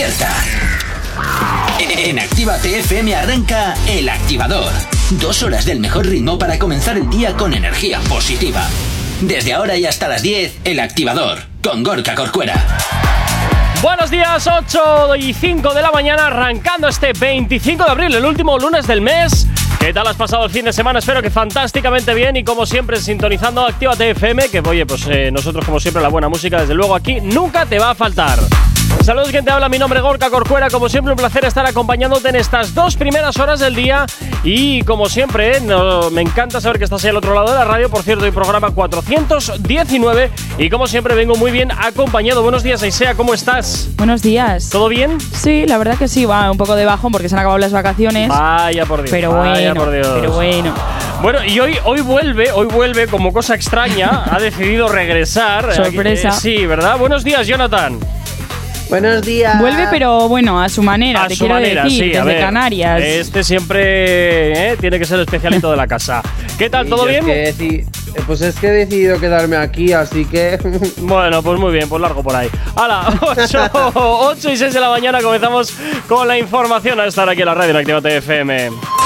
despierta. En Actívate FM arranca El Activador. 2 horas del mejor ritmo para comenzar el día con energía positiva. Desde ahora y hasta las 10, El Activador, con Gorka Corcuera. Buenos días, 8:05 de la mañana, arrancando este 25 de abril, el último lunes del mes. ¿Qué tal has pasado el fin de semana? Espero que fantásticamente bien y como siempre sintonizando Actívate FM, que oye, pues nosotros como siempre la buena música desde luego aquí nunca te va a faltar. Saludos, quien te habla, mi nombre es Gorka Corcuera, como siempre un placer estar acompañándote en estas 2 primeras horas del día y como siempre, me encanta saber que estás ahí al otro lado de la radio. Por cierto, el programa 419 y como siempre vengo muy bien acompañado. Buenos días, Aisea, ¿cómo estás? Buenos días. ¿Todo bien? Sí, la verdad que sí, va un poco de bajón porque se han acabado las vacaciones. Vaya por Dios. Pero bueno. Bueno, y hoy vuelve como cosa extraña, ha decidido regresar. Sorpresa. Sí, ¿verdad? Buenos días, Jonathan. Buenos días. Vuelve, pero bueno, a su manera, te quiero decir, sí, desde Canarias. Este siempre tiene que ser el especialito de la casa. ¿Qué tal, todo bien? Pues es que he decidido quedarme aquí, así que… Bueno, pues muy bien, pues largo por ahí. ¡Hala! 8 y 6 de la mañana comenzamos con la información a estar aquí en la radio en Actívate FM.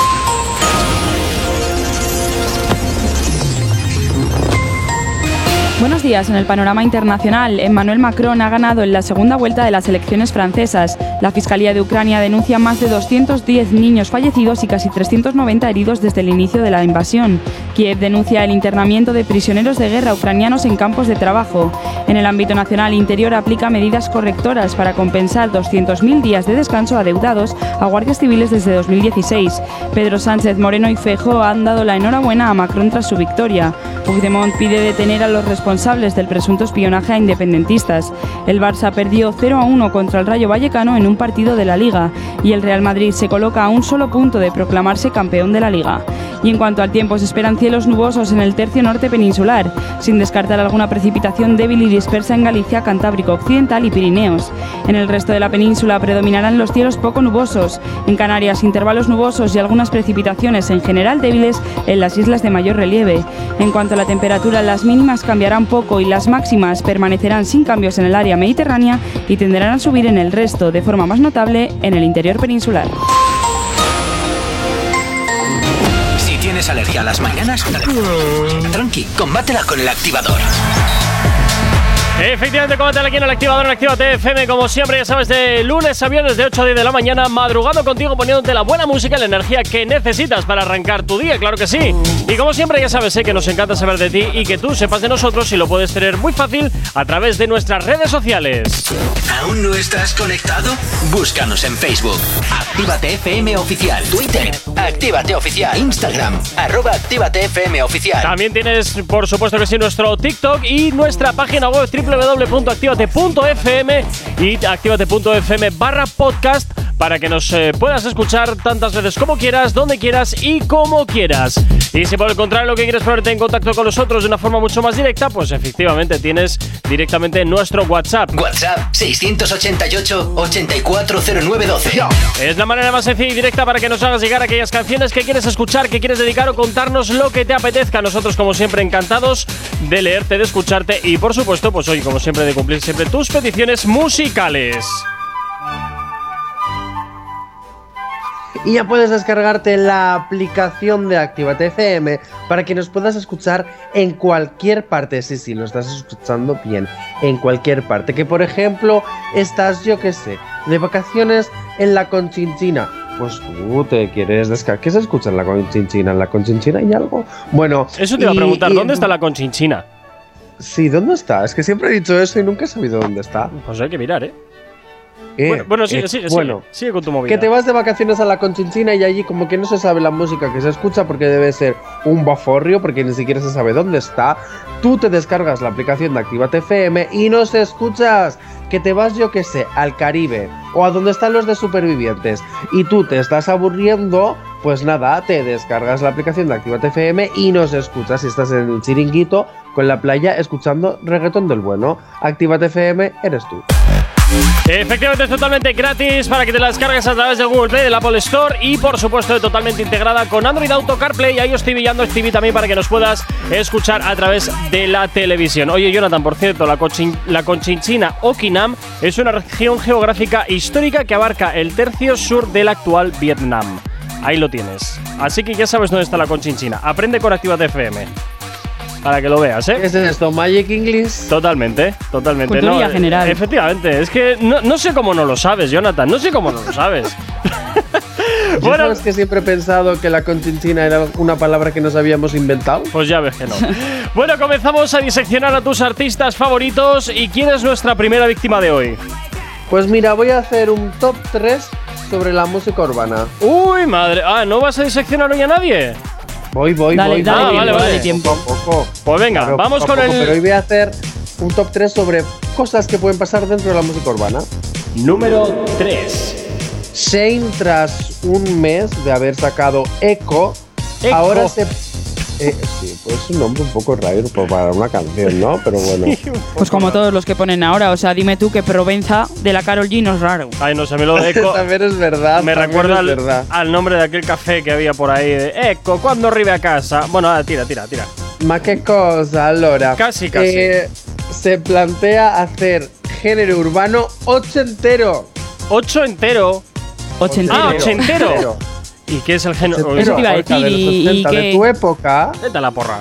Buenos días. En el panorama internacional, Emmanuel Macron ha ganado en la segunda vuelta de las elecciones francesas. La Fiscalía de Ucrania denuncia más de 210 niños fallecidos y casi 390 heridos desde el inicio de la invasión. Kiev denuncia el internamiento de prisioneros de guerra ucranianos en campos de trabajo. En el ámbito nacional, Interior aplica medidas correctoras para compensar 200.000 días de descanso adeudados a guardias civiles desde 2016. Pedro Sánchez, Moreno y Feijóo han dado la enhorabuena a Macron tras su victoria. Puigdemont pide detener a los responsables del presunto espionaje a independentistas. El Barça perdió 0-1 contra el Rayo Vallecano en un partido de la Liga y el Real Madrid se coloca a un solo punto de proclamarse campeón de la Liga. Y en cuanto al tiempo, se esperan cielos nubosos en el tercio norte peninsular, sin descartar alguna precipitación débil y dispersa en Galicia, Cantábrico Occidental y Pirineos. En el resto de la península predominarán los cielos poco nubosos. En Canarias, intervalos nubosos y algunas precipitaciones en general débiles en las islas de mayor relieve. En cuanto a la temperatura, las mínimas cambiarán poco y las máximas permanecerán sin cambios en el área mediterránea y tenderán a subir en el resto, de forma más notable en el interior peninsular. Si tienes alergia a las mañanas, tranqui, combátela con El Activador. Efectivamente, coméntale aquí en El Activador, en Actívate FM, como siempre, ya sabes, de lunes a viernes de 8 a 10 de la mañana, madrugando contigo, poniéndote la buena música y la energía que necesitas para arrancar tu día, claro que sí. Y como siempre, ya sabes, que nos encanta saber de ti y que tú sepas de nosotros y lo puedes tener muy fácil a través de nuestras redes sociales. ¿Aún no estás conectado? Búscanos en Facebook. Actívate FM Oficial. Twitter. Actívate Oficial. Instagram. @ActívateFM Oficial. También tienes, por supuesto que sí, nuestro TikTok y nuestra página web www.activate.fm y activate.fm/podcast para que nos puedas escuchar tantas veces como quieras, donde quieras y como quieras. Y si por el contrario lo que quieres ponerte en contacto con nosotros de una forma mucho más directa, pues efectivamente tienes directamente nuestro WhatsApp. WhatsApp 688-840912. Es la manera más sencilla y directa para que nos hagas llegar aquellas canciones que quieres escuchar, que quieres dedicar o contarnos lo que te apetezca. Nosotros, como siempre, encantados de leerte, de escucharte y, por supuesto, pues hoy, como siempre, de cumplir siempre tus peticiones musicales. Y ya puedes descargarte la aplicación de Actívate FM para que nos puedas escuchar en cualquier parte. Sí, lo estás escuchando bien, en cualquier parte. Que por ejemplo, estás, yo qué sé, de vacaciones en la Conchinchina. Pues tú te quieres descargar. ¿Qué se escucha en la Conchinchina? ¿En la Conchinchina hay algo? Bueno, eso te iba a preguntar, ¿dónde está la Conchinchina? Sí, ¿dónde está? Es que siempre he dicho eso y nunca he sabido dónde está. Pues hay que mirar, Bueno, sigue con tu movida. Que te vas de vacaciones a la Conchinchina y allí como que no se sabe la música que se escucha porque debe ser un baforrio, porque ni siquiera se sabe dónde está. Tú te descargas la aplicación de Actívate FM y nos escuchas. Que te vas, yo que sé, al Caribe o a donde están los de Supervivientes y tú te estás aburriendo, pues nada, te descargas la aplicación de Actívate FM y nos escuchas si estás en el chiringuito con la playa escuchando reggaetón del bueno. Actívate FM, eres tú. Efectivamente, es totalmente gratis para que te la descargues a través de Google Play, del Apple Store y, por supuesto, totalmente integrada con Android Auto, CarPlay, iOS TV y Android TV también para que nos puedas escuchar a través de la televisión. Oye, Jonathan, por cierto, la Conchinchina o Quinam es una región geográfica histórica que abarca el tercio sur del actual Vietnam. Ahí lo tienes. Así que ya sabes dónde está la Conchinchina. Aprende con Actívate FM. Para que lo veas, ¿eh? ¿Qué es esto? ¿Magic English? Totalmente. Cultura general. Efectivamente. Es que no sé cómo no lo sabes, Jonathan. No sé cómo no lo sabes. Bueno, ¿sabes que siempre he pensado que la conchinchina era una palabra que nos habíamos inventado? Pues ya ves que no. Bueno, comenzamos a diseccionar a tus artistas favoritos. ¿Y quién es nuestra primera víctima de hoy? Pues mira, voy a hacer un top 3 sobre la música urbana. Uy, madre. ¿No vas a diseccionar hoy a nadie? Voy. Dale, vale. Tiempo. Poco. Pues venga, Claro, vamos poco, con el… Pero hoy voy a hacer un top 3 sobre cosas que pueden pasar dentro de la música urbana. Número 3. Shane, tras un mes de haber sacado Echo, ahora se… sí, pues es un nombre un poco raro para una canción, ¿no? Pero bueno. Pues como todos los que ponen ahora. O sea, dime tú que Provenza de la Karol G no es raro. Ay, no sé, me lo de Echo… También es verdad. Me recuerda al nombre de aquel café que había por ahí de Echo, ¿cuándo arribe a casa? Bueno, tira. Ma qué cosa, allora. Casi. Se plantea hacer género urbano ochentero. Ochentero. ¿Y qué es el género? Eso te iba a decir. ¿Y qué? De tu época. Vete a la porra.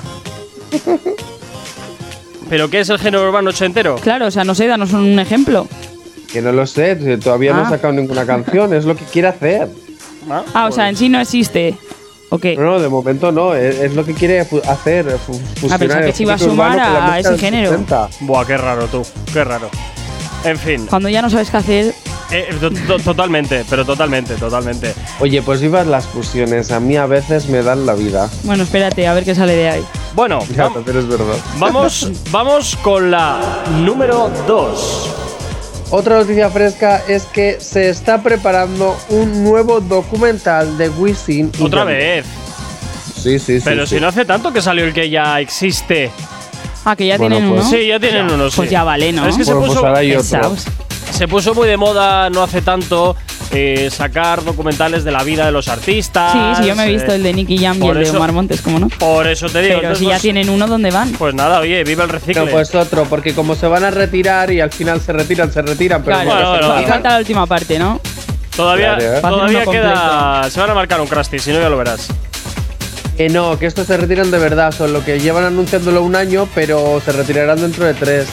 ¿Pero qué es el género urbano ochentero? Claro, o sea, no sé, danos un ejemplo. Que no lo sé, todavía no he sacado ninguna canción, es lo que quiere hacer. O sea, en sí no existe. ¿O qué? No, de momento no, es lo que quiere hacer, fusionar. Pensaba que se iba a sumar a ese género. 60. Buah, qué raro tú, qué raro. En fin. Cuando ya no sabes qué hacer… Totalmente. Oye, pues vivas las fusiones, a mí a veces me dan la vida. Bueno, espérate, a ver qué sale de ahí. Bueno, Ya, pero es verdad. vamos con la número 2. Otra noticia fresca es que se está preparando un nuevo documental de Wisin y Otra Yandel. vez. Sí. Pero si no hace tanto que salió el que ya existe. Que ya Bueno, tienen pues uno. Sí, ya tienen uno, sí. Pues ya vale, ¿no? Es que Bueno, pues ahora hay otro. Pesaos. se puso muy de moda no hace tanto sacar documentales de la vida de los artistas. Sí, yo me he visto el de Nicky Jam y el de Omar Montes, ¿cómo no? Por eso te digo. Pero entonces, si ya tienen uno, ¿dónde van? Pues nada, oye, viva el recicle. No, pues otro, porque como se van a retirar y al final se retiran, pero claro, bueno, falta la última parte, ¿no? Todavía, Claro, todavía Para hacer uno queda. completo. Se van a marcar un Krusty, si no ya lo verás. Que no, que estos se retiran de verdad, son lo que llevan anunciándolo un año, pero se retirarán dentro de 3.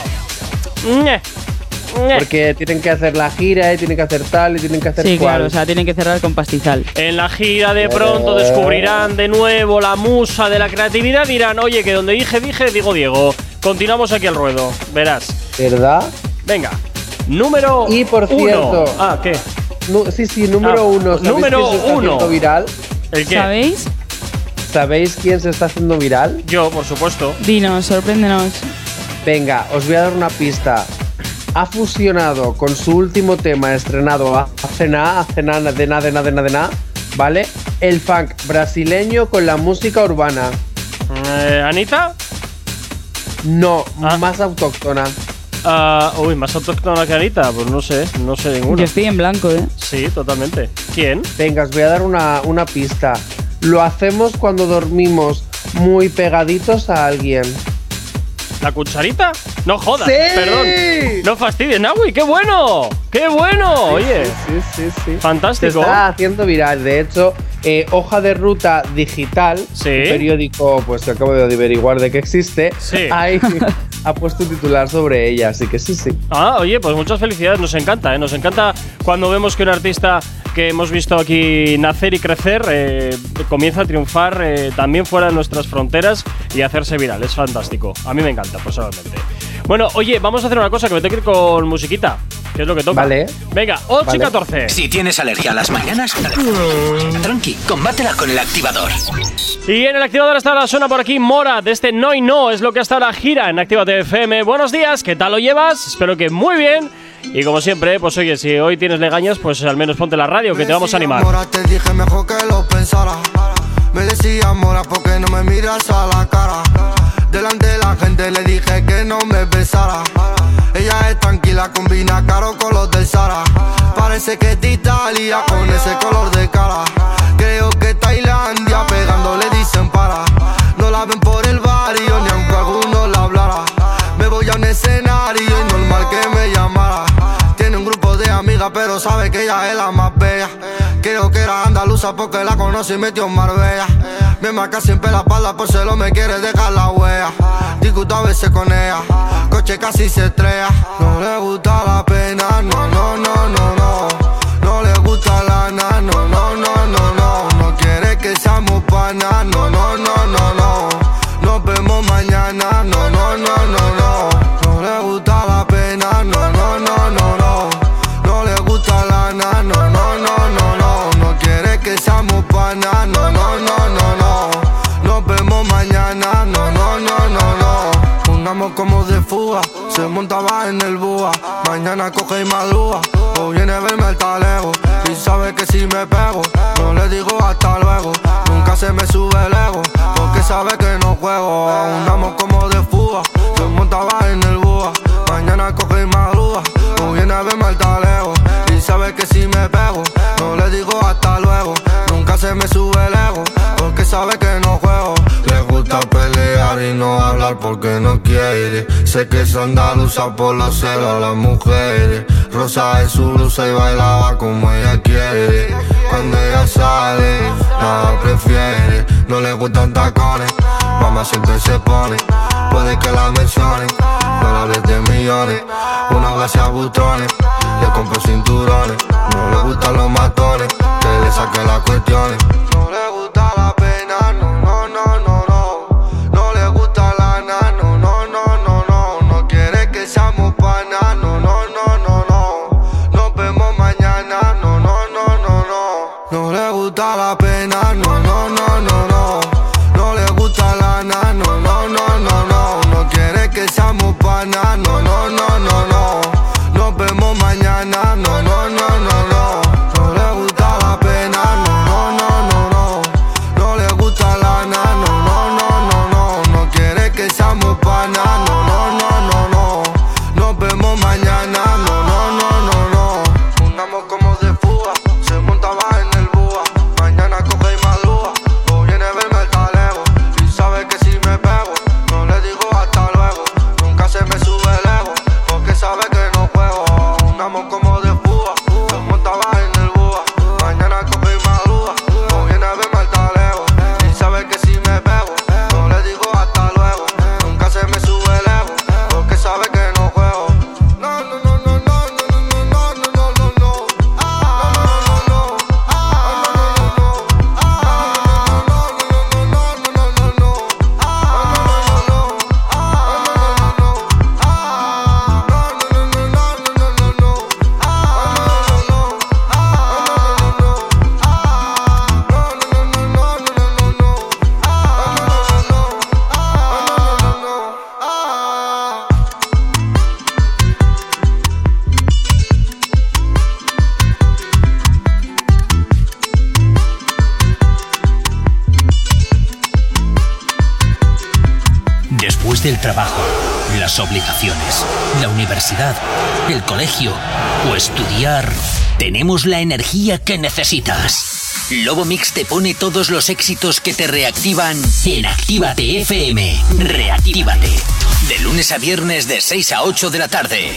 Porque tienen que hacer la gira y tienen que hacer tal y tienen que hacer Sí, cual. claro, o sea, tienen que cerrar con pastizal. En la gira de pronto descubrirán de nuevo la musa de la creatividad. Dirán, oye, que donde dije, digo Diego. Continuamos aquí al ruedo, verás. ¿Verdad? Venga, número Y por cierto. uno. Ah, ¿qué? Sí, número 1. ¿Sabéis número quién se está uno. haciendo viral? ¿El qué? ¿Sabéis? ¿Sabéis quién se está haciendo viral? Yo, por supuesto. Dinos, sorpréndenos. Venga, os voy a dar una pista. Ha fusionado con su último tema estrenado hace nada, ¿vale? El funk brasileño con la música urbana. ¿Anita? No, Ah. más autóctona. Uy, más autóctona que Anita. Pues no sé ninguno. Yo estoy en blanco, ¿eh? Sí, totalmente. ¿Quién? Venga, os voy a dar una pista. Lo hacemos cuando dormimos muy pegaditos a alguien. ¿La cucharita? No jodas, ¡Sí! perdón. No fastidies, Nahui, ¡qué bueno! ¡Qué bueno! Oye, Sí. fantástico. Se está haciendo viral. De hecho, Hoja de Ruta Digital, Sí. un periódico pues que acabo de averiguar de que existe, Sí. ahí ha puesto un titular sobre ella, así que sí. Oye, pues muchas felicidades, nos encanta, ¿eh? Nos encanta cuando vemos que un artista que hemos visto aquí nacer y crecer comienza a triunfar también fuera de nuestras fronteras y hacerse viral, es fantástico. A mí me encanta, personalmente. Bueno, oye, vamos a hacer una cosa, que me tengo que ir con musiquita, que es lo que toca. Vale. Venga, 8 y Vale. 14. Si tienes alergia a las mañanas, tranqui, combátela con el activador. Y en el activador hasta ahora suena por aquí Mora, de este No y No, es lo que hasta ahora gira en Actívate FM. Buenos días, ¿qué tal lo llevas? Espero que muy bien. Y como siempre, pues oye, si hoy tienes legañas, pues al menos ponte la radio, que te vamos a animar. Mora, te dije mejor que lo pensara. Me decía Mora, porque no me miras a la cara. Delante de la gente le dije que no me besara. Ella Ella es tranquila, combina caro con los del Zara. Parece que es de Italia con ese color de cara. Creo que Tailandia pegándole dicen para. No la ven por el barrio ni aunque alguno la hablara. Me voy a un escenario y normal que me llamara. Tiene un grupo de amigas pero sabe que ella es la más bella. Creo que era andaluza porque la conoce y metió en Marbella. Me marca siempre la espalda por celo me quiere dejar la huella. Discuto a veces con ella, coche casi se estrella. No le gusta la pena, no, no, no, no, no. No le gusta la nana, no, no, no, no, no. No quiere que seamos panas, no, no, no, no, no. Nos vemos mañana, no, no, no, no, no. No le gusta la pena, no, no, no, no, no. No le gusta la nana, no, no, no, no, no. No quiere que seamos panas, no, no, no, no, no. Nos vemos mañana, no, no, no, no, no. Andamos como de fuga, se montaba en el búa. Mañana coge y madruga, o viene a verme el talego. Y sabe que si me pego, no le digo hasta luego. Nunca se me sube el ego, porque sabe que no juego. Andamos como de fuga, se montaba en el búa. Mañana coge y madruga, o viene a verme el talego. Y sabe que si me pego, no le digo hasta luego. Nunca se me sube el ego, porque sabe que no juego. Le gusta pelear y no hablar porque no quiere. Sé que es andaluza por los celos las mujeres. Rosa es su blusa y bailaba como ella quiere. Cuando ella sale, nada prefiere. No le gustan tacones, mamá siempre se pone. Puede que la mencionen, no la hables de millones. Una base a butones, le compro cinturones. No le gustan los matones, que le saquen las cuestiones. No le gusta la pena, no, no, no, no, no. No le gusta la nana, no, no, no, no, no. No quiere que seamos panas, no, no, no, no, no. Nos vemos mañana, no, no, no, no, no. No le gusta la pena, no, no, no, no, no. No le gusta la nana, no, no, no, no, no. No quiere que seamos panas, no, no, no, no, no. Nos vemos mañana, no, no, no, no, no. No le gusta la pena, no, no, no, no, no. No le gusta la nana, no, no, no, no, no. No quiere que seamos panas, no, no, no, no, no. Nos vemos mañana, no, no, no, no, no. Andamos como de fuga, se montaba en el búa. Mañana coge y madruga, o viene a verme el talego. Y sabe que si me pego, no le digo hasta luego. Nunca se me sube el ego, porque sabe que no juego. Andamos como de fuga, se montaba en el búa. Mañana coge y madruga, o viene a verme el talego. Y sabe que si me pego, no le digo hasta luego. Nunca se me sube el ego, porque sabe que no juego. No, no, no, no, no, no, no, no, no, no, no. Ah, no, no, no, no. Después del trabajo, las obligaciones, la universidad, el colegio o estudiar, tenemos la energía que necesitas. Lobo Mix te pone todos los éxitos que te reactivan en Actívate FM. Reactívate. De lunes a viernes de 6 a 8 de la tarde.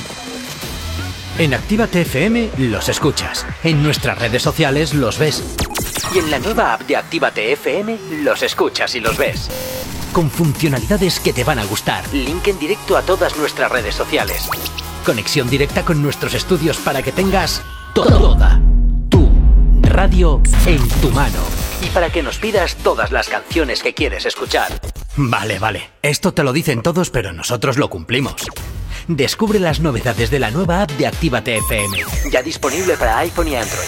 En Actívate FM los escuchas. En nuestras redes sociales los ves. Y en la nueva app de Actívate FM los escuchas y los ves. Con funcionalidades que te van a gustar. Link en directo a todas nuestras redes sociales. Conexión directa con nuestros estudios para que tengas toda tu radio en tu mano. Y para que nos pidas todas las canciones que quieres escuchar. Vale. Esto te lo dicen todos, pero nosotros lo cumplimos. Descubre las novedades de la nueva app de Actívate FM. Ya disponible para iPhone y Android.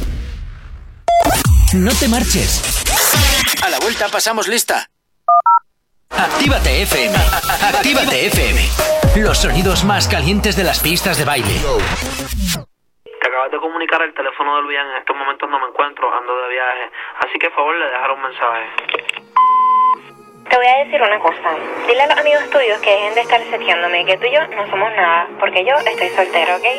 No te marches. A la vuelta pasamos lista. Actívate FM. Actívate FM. Los sonidos más calientes de las pistas de baile. Te acabas de comunicar el teléfono de Luian. En estos momentos no me encuentro, ando de viaje. Así que, por favor, le dejaré un mensaje. Te voy a decir una cosa. Dile a los amigos tuyos que dejen de estar seteándome, que tú y yo no somos nada, porque yo estoy soltero, ¿ok?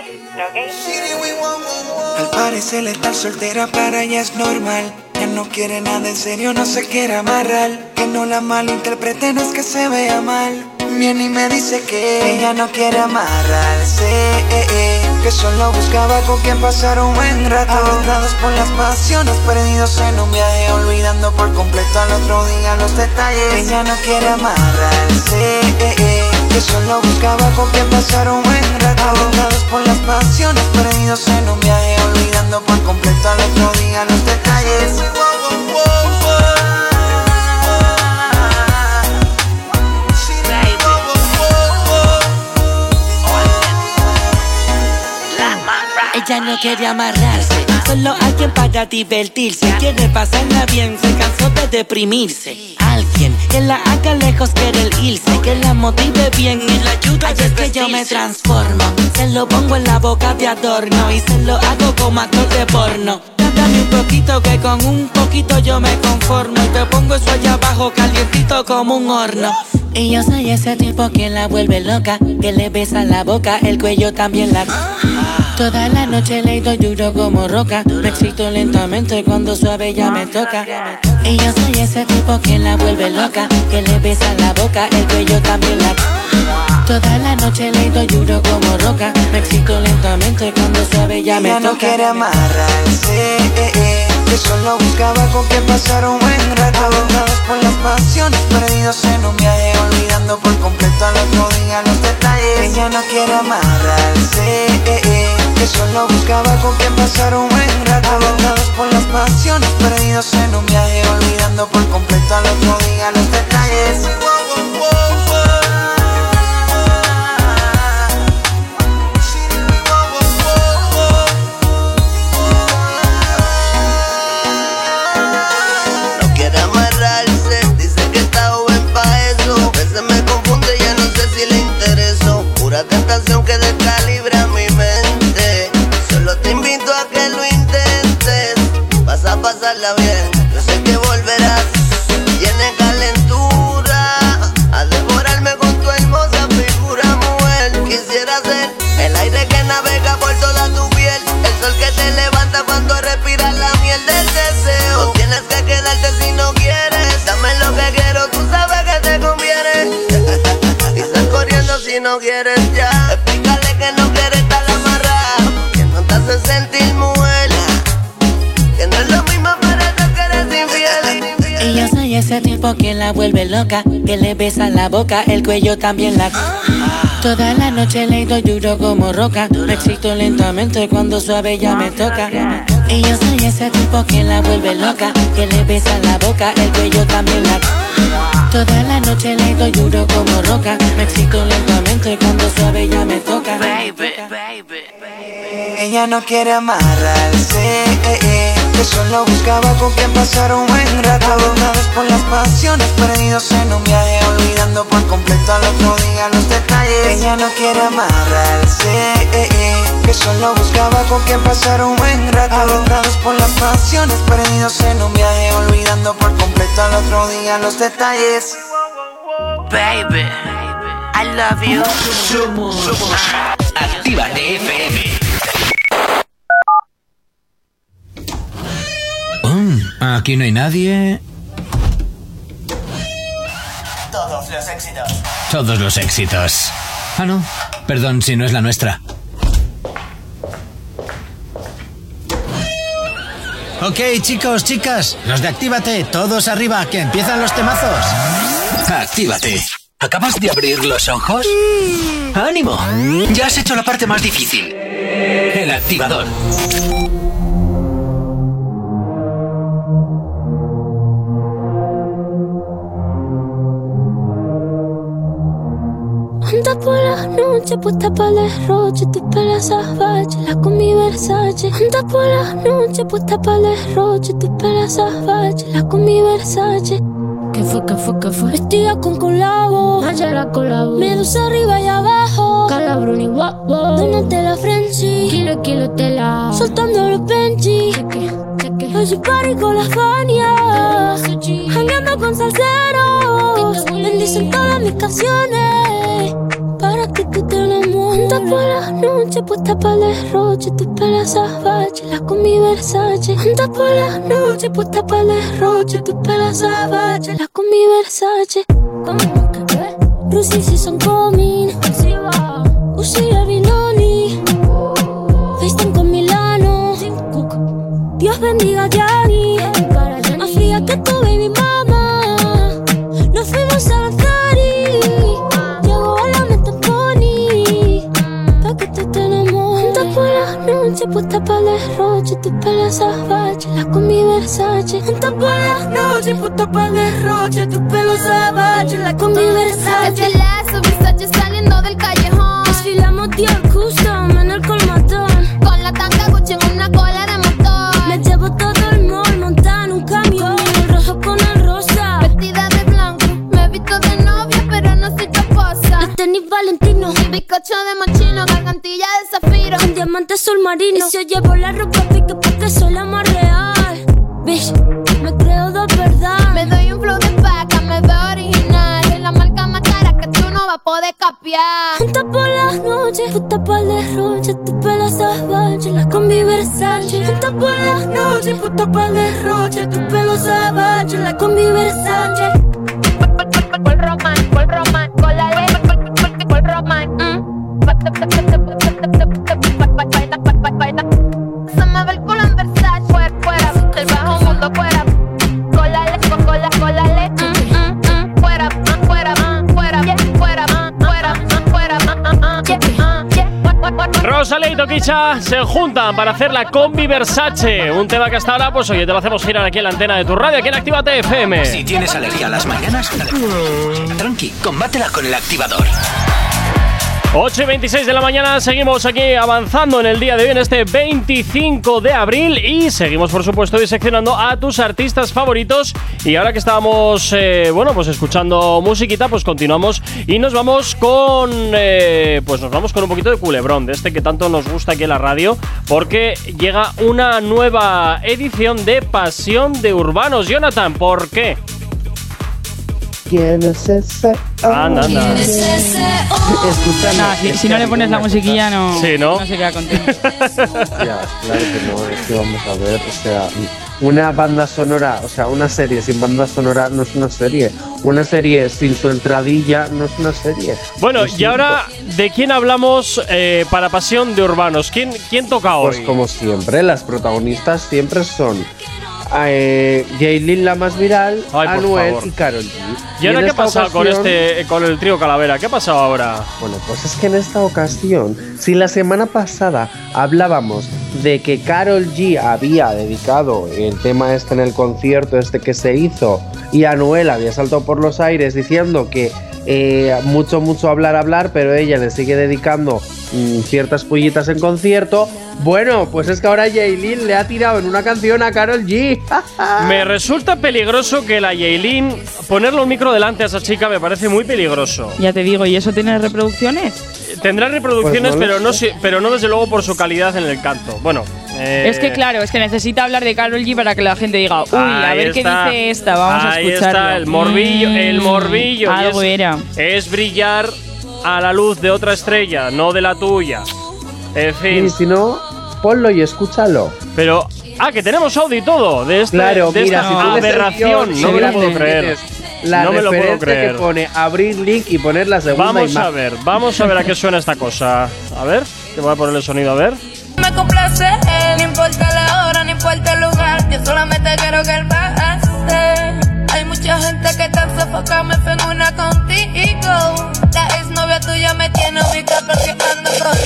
Al parecer estar soltera para ella es normal. Ya no quiere nada en serio, no se quiere amarrar. Que no la malinterprete, no es que se vea mal. Viene y me dice que ella no quiere amarrarse, que solo buscaba con quien pasar un buen rato. Avendados por las pasiones, perdidos en un viaje, olvidando por completo al otro día los detalles. Ella no quiere amarrarse, que solo buscaba con quien pasar un buen rato. Avendados por las pasiones, perdidos en un viaje, olvidando por completo al otro día los detalles. Ella no quiere amarrarse, solo alguien para divertirse. Quiere pasarla bien, se cansó de deprimirse. Alguien que la haga lejos, quiere el irse, que la motive bien y la ayude a desvestirse. Es que yo me transformo, se lo pongo en la boca de adorno y se lo hago como actor de porno. Dame un poquito que con un poquito yo me conformo y te pongo eso allá abajo calientito como un horno. Y yo soy ese tipo que la vuelve loca, que le besa la boca, el cuello también la... Toda la noche le doy duro como roca, me excito lentamente cuando suave ya me toca. Y yo soy ese tipo que la vuelve loca, que le besa la boca, el cuello también la... Toda la noche le doy duro como roca, me excito lentamente cuando suave ya me toca. Ella no quiere amarrarse, que solo buscaba con quien pasar un buen rato. Avendados por las pasiones, perdidos en un viaje, olvidando por completo al otro día los detalles. Ella no quiere amarrarse, que solo buscaba con quien pasar un buen rato. Avendados por las pasiones, perdidos en un viaje, olvidando por completo al otro día los detalles. Tentación que descalibra mi mente. Solo te invito a que lo intentes. Vas a pasarla bien, yo sé que volverás. Tienes calentura, a devorarme con tu hermosa figura, mujer. Quisiera ser el aire que navega por toda tu piel, el sol que te levanta cuando respiras la miel del deseo. No tienes que quedarte si no quieres. Dame lo que quiero, tú sabes que te conviene. Y sal corriendo si no quieres ya. Explícale que no quieres estar amarrado, que no te hace sentir mujer, que no es lo mismo para eso que eres infiel. Y yo soy ese tipo que la vuelve loca, que le besa la boca, el cuello también la... Toda la noche le doy duro como roca, me excito lentamente cuando suave ya me toca. Y yo soy ese tipo que la vuelve loca, que le besa la boca, el cuello también la... Toda la noche le doy duro como roca, me excito lentamente cuando suave ya me toca. Ella no quiere amarrarse, que solo buscaba con quien pasar un buen rato. Avendados por las pasiones, perdidos en un viaje, olvidando por completo al otro día los detalles. Ella no quiere amarrarse, que solo buscaba con quien pasar un buen rato. Avendados por las pasiones, perdidos en un viaje, olvidando por completo al otro día los detalles. Baby, I love you. Somos Actívate FM. Aquí no hay nadie. Todos los éxitos. Todos los éxitos. Ah, no. Perdón si no es la nuestra. Ok, chicos, chicas, los de Actívate, todos arriba, que empiezan los temazos. Actívate. ¿Acabas de abrir los ojos? ¡Ánimo! Ya has hecho la parte más difícil. El activador. Anda por la noche, puesta para el derroche, tu pelo salvaje, la con mi Versace. Anda por la noche, puesta para el derroche, tu pelo salvaje, la con mi Versace. ¿Qué fue? Vestida con colabo, Mayara colabo, Medusa arriba y abajo, Calabruni guapo, Donatella Frenzy, kilo tela, soltando los Benji. Cheque. Hoy party con la Fania, jangueando con salseros. Bendicen todas mis canciones para que tú te enamores. Juntas por la noche, puesta para el derroche. Tus pelas salvajes, la con mi Versace. Juntas por la noche, puesta para el derroche. Tus pelas salvajes, la con mi Versace. Rusi season coming. Uzi Avinoni. FaceTime con Milano. Dios bendiga a Gianni. Más fría que tu baby mama. Nos fuimos a Bacari. Llegó a la meta Pony. Pa' que tú te enamores. Juntas por la noche, puesta para el derroche. Tus pelas salvajes, la con mi Versace. Juntas por la noche, puesta para el derroche. Tus pelos salvajes, la con mi Versace. Este lazo, Versace saliendo del callejón. Desfilamos Dior Custom en el colmatón. Con la tanga Gucci en una cola de motor. Me llevo todo el mall, montada en un camión. El rojo con el rosa. Vestida de blanco, me he visto de novia, pero no soy tu esposa. Los tenis Valentino, bizcocho de mochino, gargantilla de zafiro, con diamante sol marino. Y si yo llevo la ropa pique porque soy la más real. Bitch, me creo de verdad. Me doy un flow de paca, me veo original. Soy la marca más cara que tú no vas a poder capiar. Juntas por las noches, puesta para el derroche. Tus pelos salvajes, la con mi Versace. Juntas por las noches, puesta para el derroche. Tus pelos salvajes, la con mi Versace. Por román, con la ley, por román. Se me ve el culo en Versace, fuera, del bajo mundo, fuera. Con la ley, fuera, Rosalía y Toquicha se juntan para hacer la combi Versace. Un tema que hasta ahora, pues oye, te lo hacemos girar aquí en la antena de tu radio, aquí en Actívate FM. Si tienes alergia a las mañanas, tranqui, combátela con el activador. 8:26 de la mañana, seguimos aquí avanzando en el día de hoy, en este 25 de abril, y seguimos, por supuesto, diseccionando a tus artistas favoritos. Y ahora que estábamos, pues escuchando musiquita, pues continuamos y nos vamos con un poquito de culebrón, de este que tanto nos gusta aquí en la radio, porque llega una nueva edición de Pasión de Urbanos. Jonathan, ¿por qué? ¿Quién es ese? Anda. Si no le pones la musiquilla, no, sí, ¿no? No se queda contento. Ya, claro que no, es que vamos a ver, o sea, una banda sonora, o sea, una serie sin banda sonora no es una serie. Una serie sin su entradilla no es una serie. Bueno, y ahora, ¿de quién hablamos para Pasión de Urbanos? ¿Quién toca hoy? Pues como siempre, las protagonistas siempre son Yailin, la más viral, Anuel y Karol G. ¿Y ahora qué ha pasado con el trío Calavera? ¿Qué ha pasado ahora? Bueno, pues es que en esta ocasión, si la semana pasada hablábamos de que Karol G había dedicado el tema este en el concierto este que se hizo, y Anuel había saltado por los aires diciendo que mucho hablar, pero ella le sigue dedicando ciertas pullitas en concierto. Bueno, pues es que ahora Yailin le ha tirado en una canción a Karol G. Me resulta peligroso que la Yailin, ponerle un micro delante a esa chica me parece muy peligroso. Ya te digo, ¿y eso tiene reproducciones? Tendrá reproducciones, pues pero no desde luego por su calidad en el canto. Bueno, es que claro, es que necesita hablar de Karol G para que la gente diga, uy, a ver qué dice esta, vamos a escucharlo. Ahí está, el morbillo. Algo era. Es brillar a la luz de otra estrella, no de la tuya. En fin. Y si no, ponlo y escúchalo. Pero, que tenemos audio y todo de esta aberración. No me lo puedo creer. No me lo puedo creer. Que pone abrir link y poner la segunda imagen. Vamos a ver a qué suena esta cosa. A ver, que voy a poner el sonido, a ver. Me complace, no importa la hora, no importa el lugar, yo solamente quiero que él pase. Hay mucha gente que está sofocada, me pego una contigo. La exnovia tuya me tiene ubicada porque ando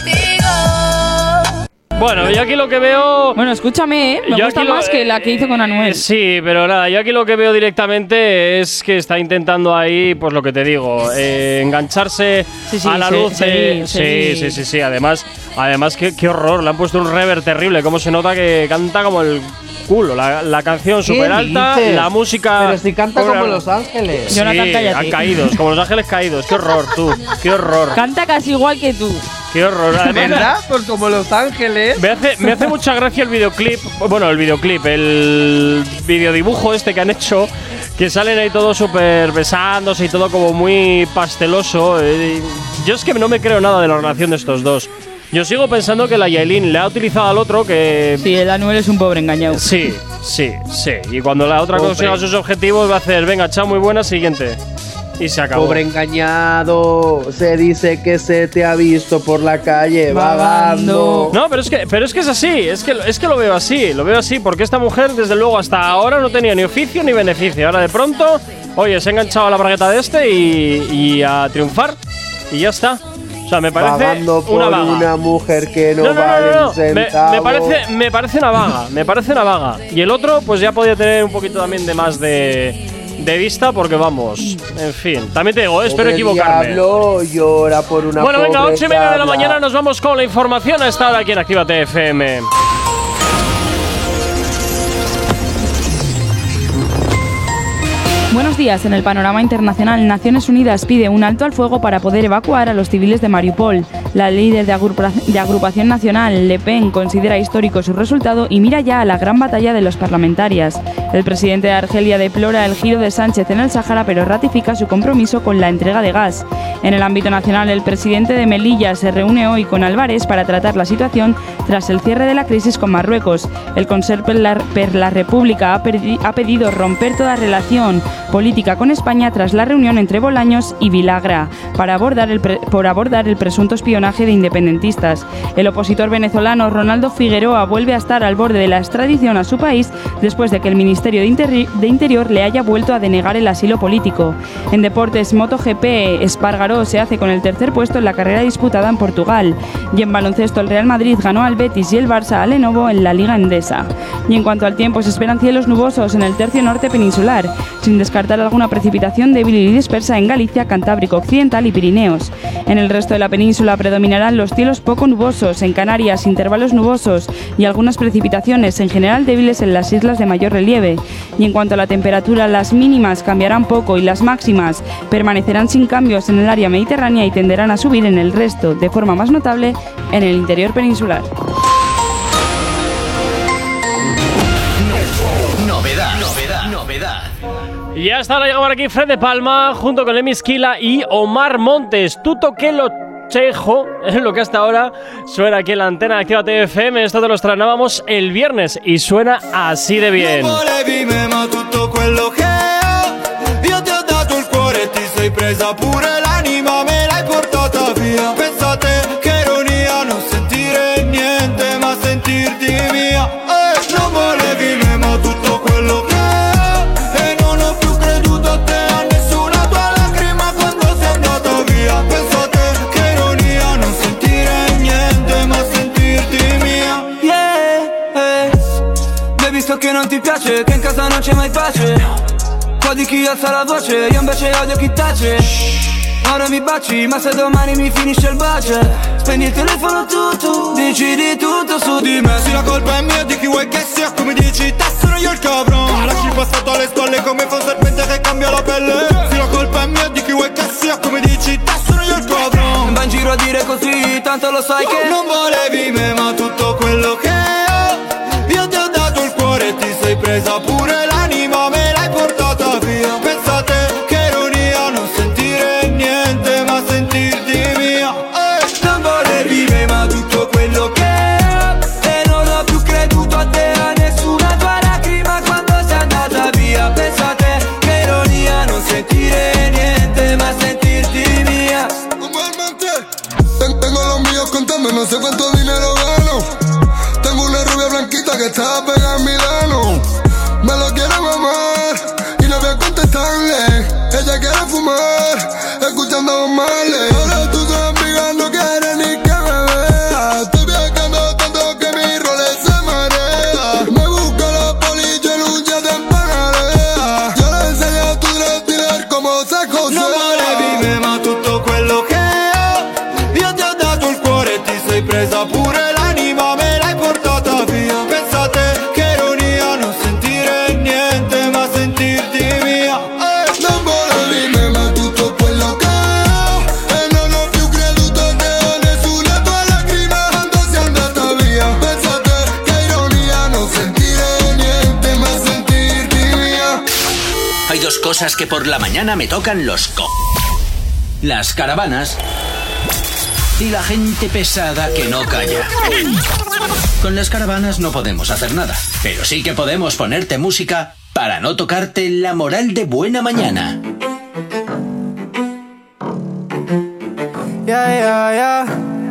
contigo. Bueno, yo aquí lo que veo… Bueno, escúchame, me gusta más que la que hizo con Anuel. Sí, pero nada, yo aquí lo que veo directamente es que está intentando ahí, pues lo que te digo, engancharse a la luz. Sí. Además qué horror, le han puesto un reverb terrible. Cómo se nota que canta como el culo. La canción súper alta, la música… Pero si canta como Los Ángeles. Sí, han caído, como Los Ángeles caídos. Qué horror, tú, qué horror. Canta casi igual que tú. Qué horror. ¿Verdad? Pues como Los Ángeles. Me hace mucha gracia el videoclip. Bueno, el videodibujo este que han hecho. Que salen ahí todos súper besándose y todo como muy pasteloso. Yo es que no me creo nada de la relación de estos dos. Yo sigo pensando que la Yailin le ha utilizado al otro que… Sí, el Anuel es un pobre engañado. Sí. Y cuando la otra consiga sus objetivos va a hacer, venga, chao, muy buena, siguiente. Y se acabó. Pobre engañado, se dice que se te ha visto por la calle vagando. No, pero es que es así, es que lo veo así, porque esta mujer desde luego hasta ahora no tenía ni oficio ni beneficio. Ahora de pronto, oye, se ha enganchado a la bragueta de este y a triunfar y ya está. O sea, me parece vagando por una vaga. Una mujer que no vale un centavo. Me parece una vaga. Y el otro, pues ya podía tener un poquito también de más de vista, porque vamos, en fin. También te digo, espero equivocarme. Diablo llora por una bueno, venga, 8:30 de la cabra. mañana nos vamos con la información a esta hora aquí en Actívate FM. Buenos días. En el panorama internacional, Naciones Unidas pide un alto al fuego para poder evacuar a los civiles de Mariupol. La líder de Agrupación Nacional, Le Pen, considera histórico su resultado y mira ya a la gran batalla de los parlamentarias. El presidente de Argelia deplora el giro de Sánchez en el Sáhara, pero ratifica su compromiso con la entrega de gas. En el ámbito nacional, el presidente de Melilla se reúne hoy con Álvarez para tratar la situación tras el cierre de la crisis con Marruecos. El Concert per la República ha pedido romper toda relación política con España tras la reunión entre Bolaños y Vilagra por abordar el presunto espionaje de independentistas. El opositor venezolano Ronaldo Figueroa vuelve a estar al borde de la extradición a su país después de que el Ministerio de Interior le haya vuelto a denegar el asilo político. En deportes, MotoGP, Espargaró se hace con el tercer puesto en la carrera disputada en Portugal. Y en baloncesto, el Real Madrid ganó al Betis y el Barça a Lenovo en la Liga Endesa. Y en cuanto al tiempo, se esperan cielos nubosos en el tercio norte peninsular, sin descartar alguna precipitación débil y dispersa en Galicia, Cantábrico Occidental y Pirineos. En el resto de la península predominarán los cielos poco nubosos, en Canarias intervalos nubosos y algunas precipitaciones, en general débiles en las islas de mayor relieve. Y en cuanto a la temperatura, las mínimas cambiarán poco y las máximas permanecerán sin cambios en el área mediterránea y tenderán a subir en el resto, de forma más notable en el interior peninsular. Novedad. Y hasta ahora llegamos aquí Fred de Palma junto con Emi Esquila y Omar Montes. Tuto que lo chejo es lo que hasta ahora suena aquí en la antena de Actívate FM. Esto te lo estrenábamos el viernes y suena así de bien. Non volevi me, ma tutto quello che ho, io ti ho dato il cuore e ti sei presa pure l'anima, me l'hai portata via. Pensate che ironia non sentire niente ma sentirti mia. Non volevi me, ma tutto quello che ho, e non ho più creduto a te, a nessuna tua lacrima quando sei andata via. Pensate che ironia non sentire niente ma sentirti mia. Visto che non ti piace, che in casa non c'è mai pace. Qua di chi alza la voce, io invece odio chi tace. Ora mi baci, ma se domani mi finisce il budget, spegni il telefono tu dici di tutto su di me. Sì, la colpa è mia, di chi vuoi che sia, come dici te sono io il cabrón. Lasci il passato alle spalle come fa un serpente che cambia la pelle. Sì, la colpa è mia, di chi vuoi che sia, come dici te sono io il cabrón. Va in giro a dire così, tanto lo sai che non volevi me, ma tutto quello che ho, io ti ho dato il cuore e ti sei presa pure l'anima, me l'hai portata via. Pensate che ironia non sentire niente ma sentirti mia. Non volevi me, ma tutto quello che ho, e non ho più creduto a te, a nessuna tua lacrima quando sei andata via. Pensate che ironia non sentire niente ma sentirti mia. Tengo los míos contando, no sé cuánto dinero gano. Tengo una rubia blanquita que está pegada en Milano. Me lo quiere mamar y no voy a contestarle. Ella quiere fumar, escuchando a Bob Marley. Ahora tú tus amigas no quieren ni que me vea. Estoy viajando tanto que mi Rolex se marea. Me busca la poli, yo en un jet en Panalea. Yo le enseño a tu drug dealer cómo se cosea. Non volevi me, ma tutto quello che ho, io ti ho dato il cuore e ti sei presa pure l'anima, me l'hai portata via. Pensate che ironia cosas que por la mañana me tocan los las caravanas y la gente pesada que no calla. Con las caravanas no podemos hacer nada, pero sí que podemos ponerte música para no tocarte la moral de buena mañana. Ya, ya, ya.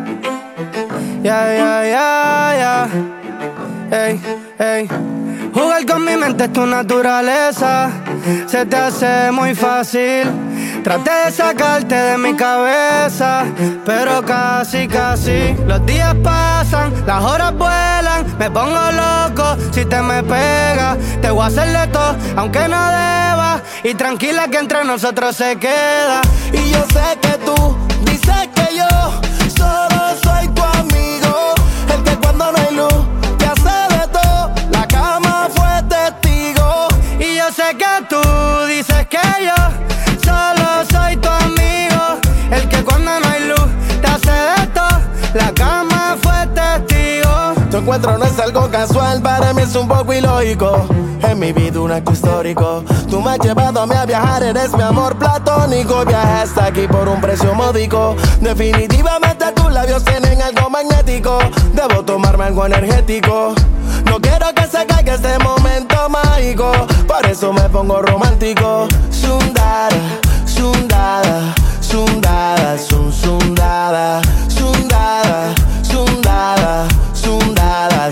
Ya, ya, ya, ya. Ey, ey. Jugar con mi mente es tu naturaleza. Se te hace muy fácil. Traté de sacarte de mi cabeza, pero casi, casi. Los días pasan, las horas vuelan. Me pongo loco si te me pegas. Te voy a hacer de todo, aunque no deba. Y tranquila que entre nosotros se queda. Y yo sé que tú dices que yo solo soy tu amigo, el que cuando no hay luz te hace de todo. La cama fue testigo. Y yo sé que tú dices que yo solo soy tu amigo, el que cuando no hay luz te hace de todo. La cama fue testigo. Tu encuentro no es algo casual, para mí es un poco ilógico. En mi vida un acto histórico. Tú me has llevado a mí a viajar, eres mi amor platónico. Viaje hasta aquí por un precio módico. Definitivamente tus labios tienen algo magnético. Debo tomarme algo energético. No quiero que se caiga este momento mágico, por eso me pongo romántico. Sundada, sundada, sundada, sundada, sundada, sundada, sundada,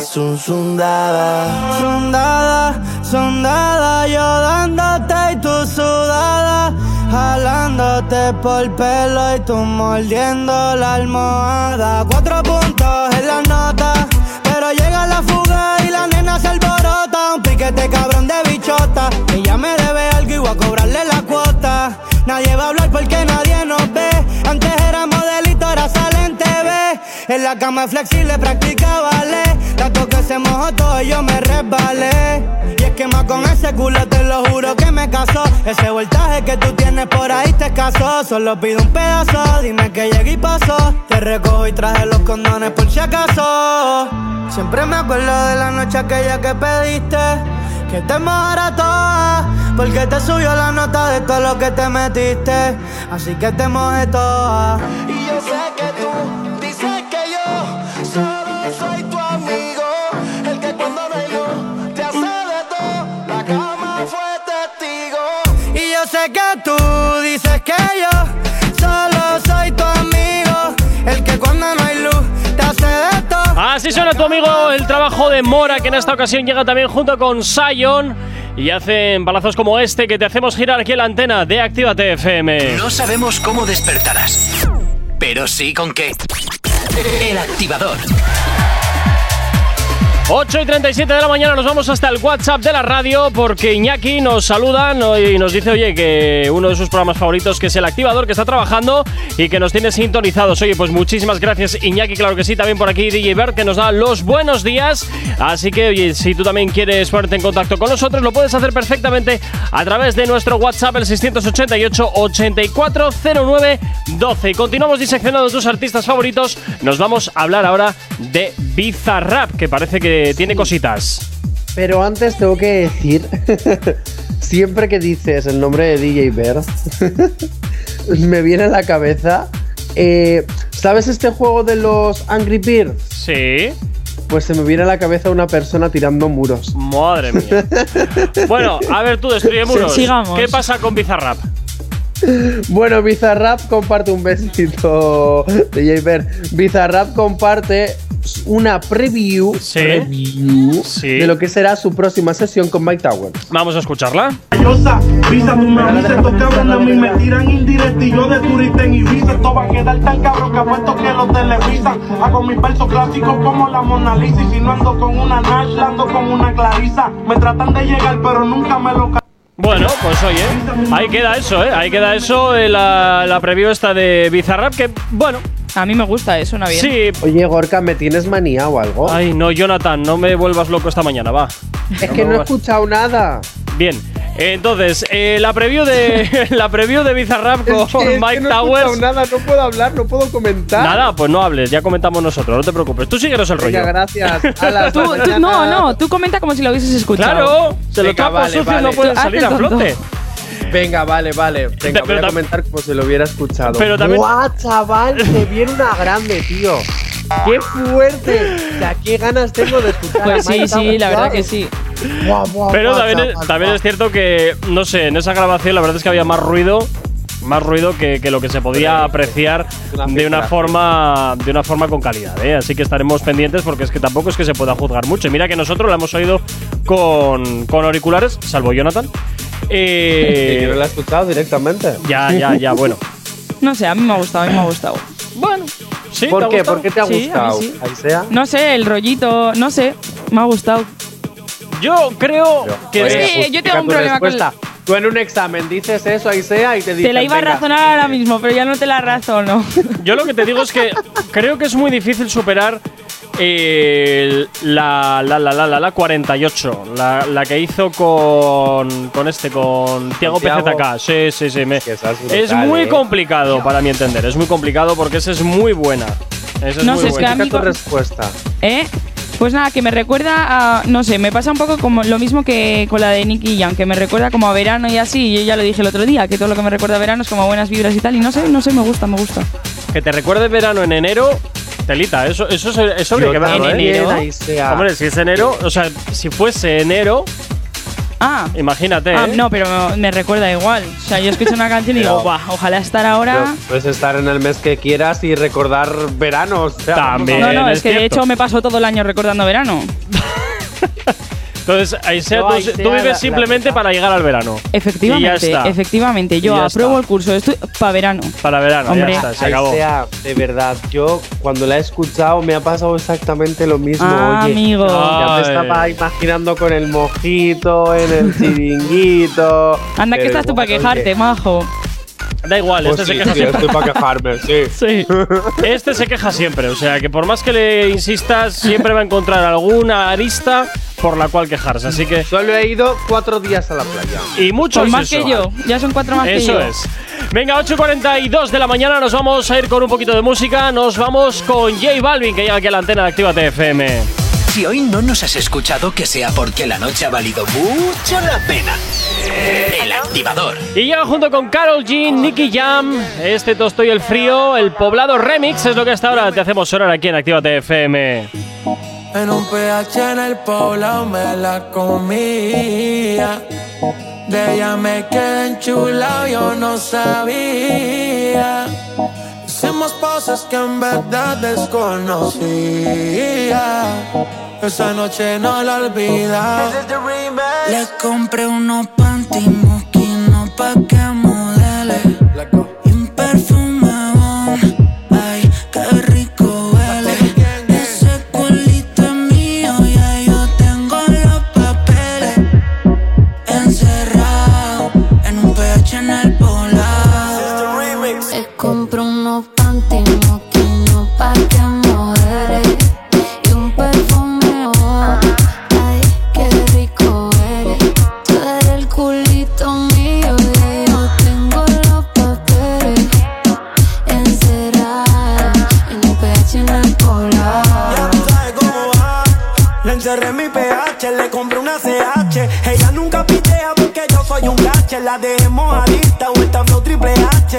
sundada. Sondada, sondada, yo dándote y tú sudada, jalándote por pelo y tú mordiendo la almohada. 4 puntos en la nota, pero llega la fuga y la nena se alborota. Un piquete cabrón de bichota, ella me debe algo y voy a cobrarle la cuota. Nadie va a hablar porque nadie nos ve. Antes era modelito, ahora sale en TV. En la cama es flexible, practica ballet. Tanto que se mojó todo y yo me resbalé. Y es que más con ese culo te lo juro que me casó. Ese voltaje que tú tienes por ahí te escaso. Solo pido un pedazo, dime que llegué y pasó. Te recojo y traje los condones por si acaso. Siempre me acuerdo de la noche aquella que pediste que te mojara toda, porque te subió la nota de todo lo que te metiste. Así que te mojé toda. Y yo sé que tú dices que yo solo soy tu amigo, el que cuando no hay luz te hace de todo. La cama fue testigo. Y yo sé que tú dices que yo solo soy tu amigo, el que cuando no hay luz te hace de todo. Así suena tu amigo, el trabajo de Mora, que en esta ocasión llega también junto con Sion y hacen balazos como este que te hacemos girar aquí en la antena de Actívate FM. No sabemos cómo despertarás, pero sí con qué. El Activador. 8:37 de la mañana, nos vamos hasta el WhatsApp de la radio porque Iñaki nos saluda y nos dice, oye, que uno de sus programas favoritos, que es El Activador, que está trabajando y que nos tiene sintonizados. Oye, pues muchísimas gracias, Iñaki, claro que sí. También por aquí DJ Bert, que nos da los buenos días. Así que, oye, si tú también quieres ponerte en contacto con nosotros, lo puedes hacer perfectamente a través de nuestro WhatsApp, el 688-8409-12. Y continuamos diseccionando tus artistas favoritos. Nos vamos a hablar ahora de Bizarrap, que parece que tiene cositas. Pero antes tengo que decir, siempre que dices el nombre de DJ Bear, me viene a la cabeza, ¿sabes este juego de los Angry Birds? Sí. Pues se me viene a la cabeza una persona tirando muros. Madre mía. Bueno, a ver, tú destruye muros. Sigamos. ¿Qué pasa con Bizarrap? Bueno, Bizarrap comparte un besito, DJ Bear. Bizarrap comparte una preview de lo que será su próxima sesión con Mike Towers. Vamos a escucharla. Visa, tú me dices, estos cabrones a mí me tiran indirecto y yo de turista en Ibiza. Esto va a quedar tan cabrón que apuesto que lo televisan. Hago mis versos clásicos como la Mona Lisa. Y si no ando con una Nash, ando con una Clarisa. Me tratan de llegar pero nunca me lo... Bueno, pues oye, ahí queda eso, ahí queda eso, la preview esta de Bizarrap, que bueno, a mí me gusta, suena bien. Sí. Oye, Gorka, ¿me tienes manía o algo? Ay, no, Jonathan, no me vuelvas loco esta mañana, va. Es que no he escuchado nada. Bien, entonces, la preview de Bizarrap con Mike no Towers. Nada, no puedo hablar, no puedo comentar. Nada, pues no hables, ya comentamos nosotros, no te preocupes. Tú síguenos el rollo. Gracias. Tú comenta como si lo hubieses escuchado. Claro, los trapos sucios no pueden salir a flote. Venga, vale. Venga, voy a comentar como si lo hubiera escuchado. Pero también... ¡Guau, chaval! Se viene una grande, tío. ¡Qué fuerte! Ya, qué ganas tengo de escuchar. Pues sí, la verdad que sí. Pero también es cierto que, no sé, en esa grabación la verdad es que había más ruido que lo que se podía apreciar de una forma con calidad, ¿eh? Así que estaremos pendientes porque es que tampoco es que se pueda juzgar mucho. Y mira que nosotros la hemos oído con auriculares, salvo Jonathan. Que no la he escuchado directamente. Ya, bueno. No sé, a mí me ha gustado. Bueno, sí. ¿Por qué? ¿Por qué te ha Sí, gustado? a mí sí. ¿Aisea? No sé, el rollito, no sé, me ha gustado. Yo creo que… Es que yo tengo un problema con… Tú en un examen dices eso, Aisea, y te dicen… Te la iba a razonar ahora mismo, pero ya no te la razono. Yo lo que te digo es que creo que es muy difícil superar la 48, la que hizo con Tiago PZK. Sí. Es muy complicado para mi entender, es muy complicado porque esa es muy buena. No sé, es que a mí… tu respuesta. Pues nada, que me recuerda a… No sé, me pasa un poco como lo mismo que con la de Nicky Jam, que me recuerda como a verano y así. Yo ya lo dije el otro día, que todo lo que me recuerda a verano es como buenas vibras y tal. Y no sé, me gusta. Que te recuerde verano en enero… Telita, eso habría que verlo, ¿en enero? Hombre, si es enero, o sea, si fuese enero… imagínate, No, pero me recuerda igual. O sea, yo escucho una canción y digo, ¡buah! Ojalá estar ahora… Puedes estar en el mes que quieras y recordar verano. O sea, también. No, es que de hecho me paso todo el año recordando verano. Entonces, tú vives simplemente para llegar al verano. Efectivamente. Yo apruebo el curso. Esto para verano. Para verano, hombre. Ya está, se acabó. De verdad, yo cuando la he escuchado me ha pasado exactamente lo mismo. Oye, amigo. Ya me estaba imaginando con el mojito, en el chiringuito. Anda, que estás tú para quejarte, majo. Da igual, Pues se queja siempre. Estoy para quejarme, sí. Este se queja siempre, o sea que por más que le insistas, siempre va a encontrar alguna arista por la cual quejarse. Así que solo he ido 4 días a la playa. Y muchos más que yo, ya son 4 más que yo. Eso es. Venga, 8:42 de la mañana, nos vamos a ir con un poquito de música. Nos vamos con J Balvin, que llega aquí a la antena de Actívate FM. Si hoy no nos has escuchado, que sea porque la noche ha valido mucho la pena. El Activador. Y llega junto con Karol G, Nicky Jam, Tosto y el Frío, el Poblado Remix, es lo que hasta ahora te hacemos sonar aquí en Actívate FM. En un PH en el poblado me la comía. De ella me quedé enchulado, yo no sabía. Hicimos cosas que en verdad desconocía. Esa noche no la olvidaba. Le compré unos panty mosquinos pa' que modele. Y un perfume bon. Ay, qué rico huele. Ese culito es mío, ya yo tengo los papeles. Encerrado en un PH en el poblado. Le compré unos panty mosquinos pa' que modele. Y un perfume bon. Ay, qué rico eres. Tú eres el culito mío, y yo tengo los papeles. Encerrada en un PH en el poblado. Ya tú sabes cómo va. Le encerré mi PH, le compré una CH. Ella nunca pitea porque yo soy un gache. La dejé mojadita, vuelta flow triple H.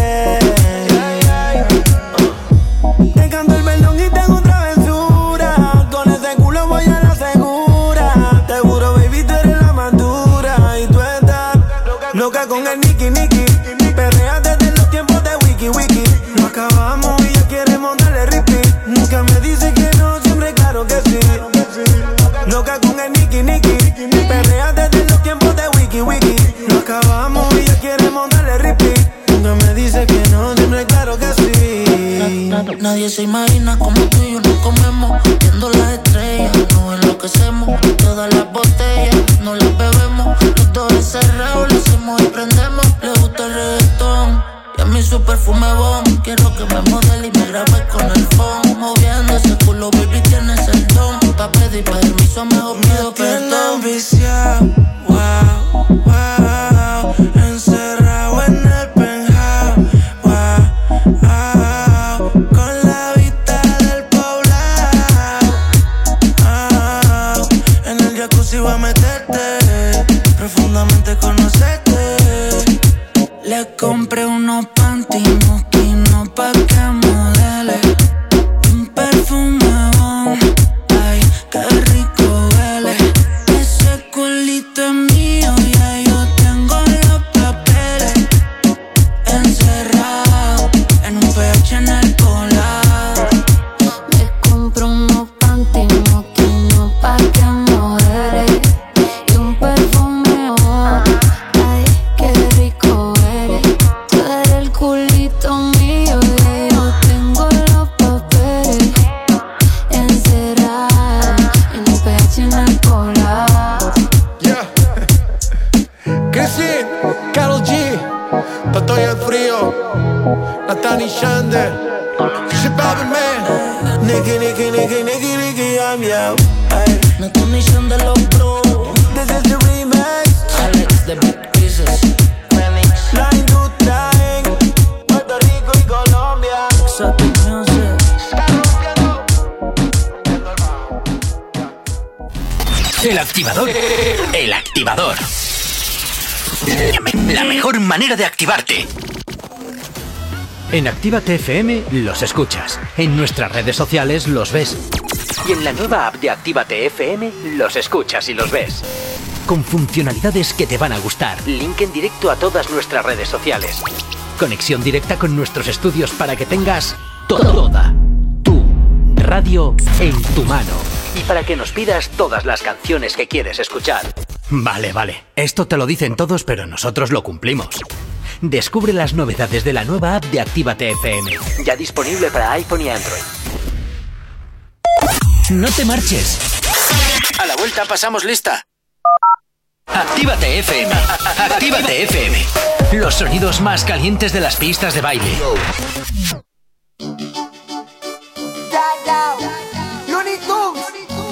Te canto el perdón y tengo travesura. Con ese culo voy a la segura. Te juro, baby, tú eres la madura. Y tú estás loca con el Nicky. Perrea desde los tiempos de Wiki. No acabamos y ella quiere montarle repeat. Nunca me dice que no, siempre claro que sí. Loca con el Nicky. Perrea desde los tiempos de Wiki. No acabamos y ella quiere montarle repeat. Nunca me dice que no, siempre claro que sí. Nadie se imagina como tú y yo nos comemos. Viendo las estrellas, nos enloquecemos. Todas las botellas, no las bebemos. Los dos encerrados, lo hacemos y prendemos. Le gusta el reggaetón y a mí su perfume bomb. Quiero que me modele y me grabe con el phone. Moviendo ese culo, baby, tienes el don. Pa' pedir permiso, mejor pido perdón. Wow. Encerrado en el penthouse. Wow. Con la vista del poblado. En el jacuzzi voy a meterte. Profundamente conocerte. y el frío. Nathan y Shande. Shit, baby, man. Nicky, I'm yo. Nathan y Shande, los bro. This is the remix. Alex, the Big Pieces. La industria en Puerto Rico y Colombia. Exotic Music. El activador. El activador. La mejor manera de activarte. En Actívate FM los escuchas. En nuestras redes sociales los ves. Y en la nueva app de Actívate FM los escuchas y los ves. Con funcionalidades que te van a gustar. Link en directo a todas nuestras redes sociales. Conexión directa con nuestros estudios para que tengas toda tu radio en tu mano. Y para que nos pidas todas las canciones que quieres escuchar. Vale. Esto te lo dicen todos, pero nosotros lo cumplimos. Descubre las novedades de la nueva app de Actívate FM. Ya disponible para iPhone y Android. No te marches. A la vuelta pasamos lista. Actívate FM. Actívate FM. Los sonidos más calientes de las pistas de baile. Looney Tunes.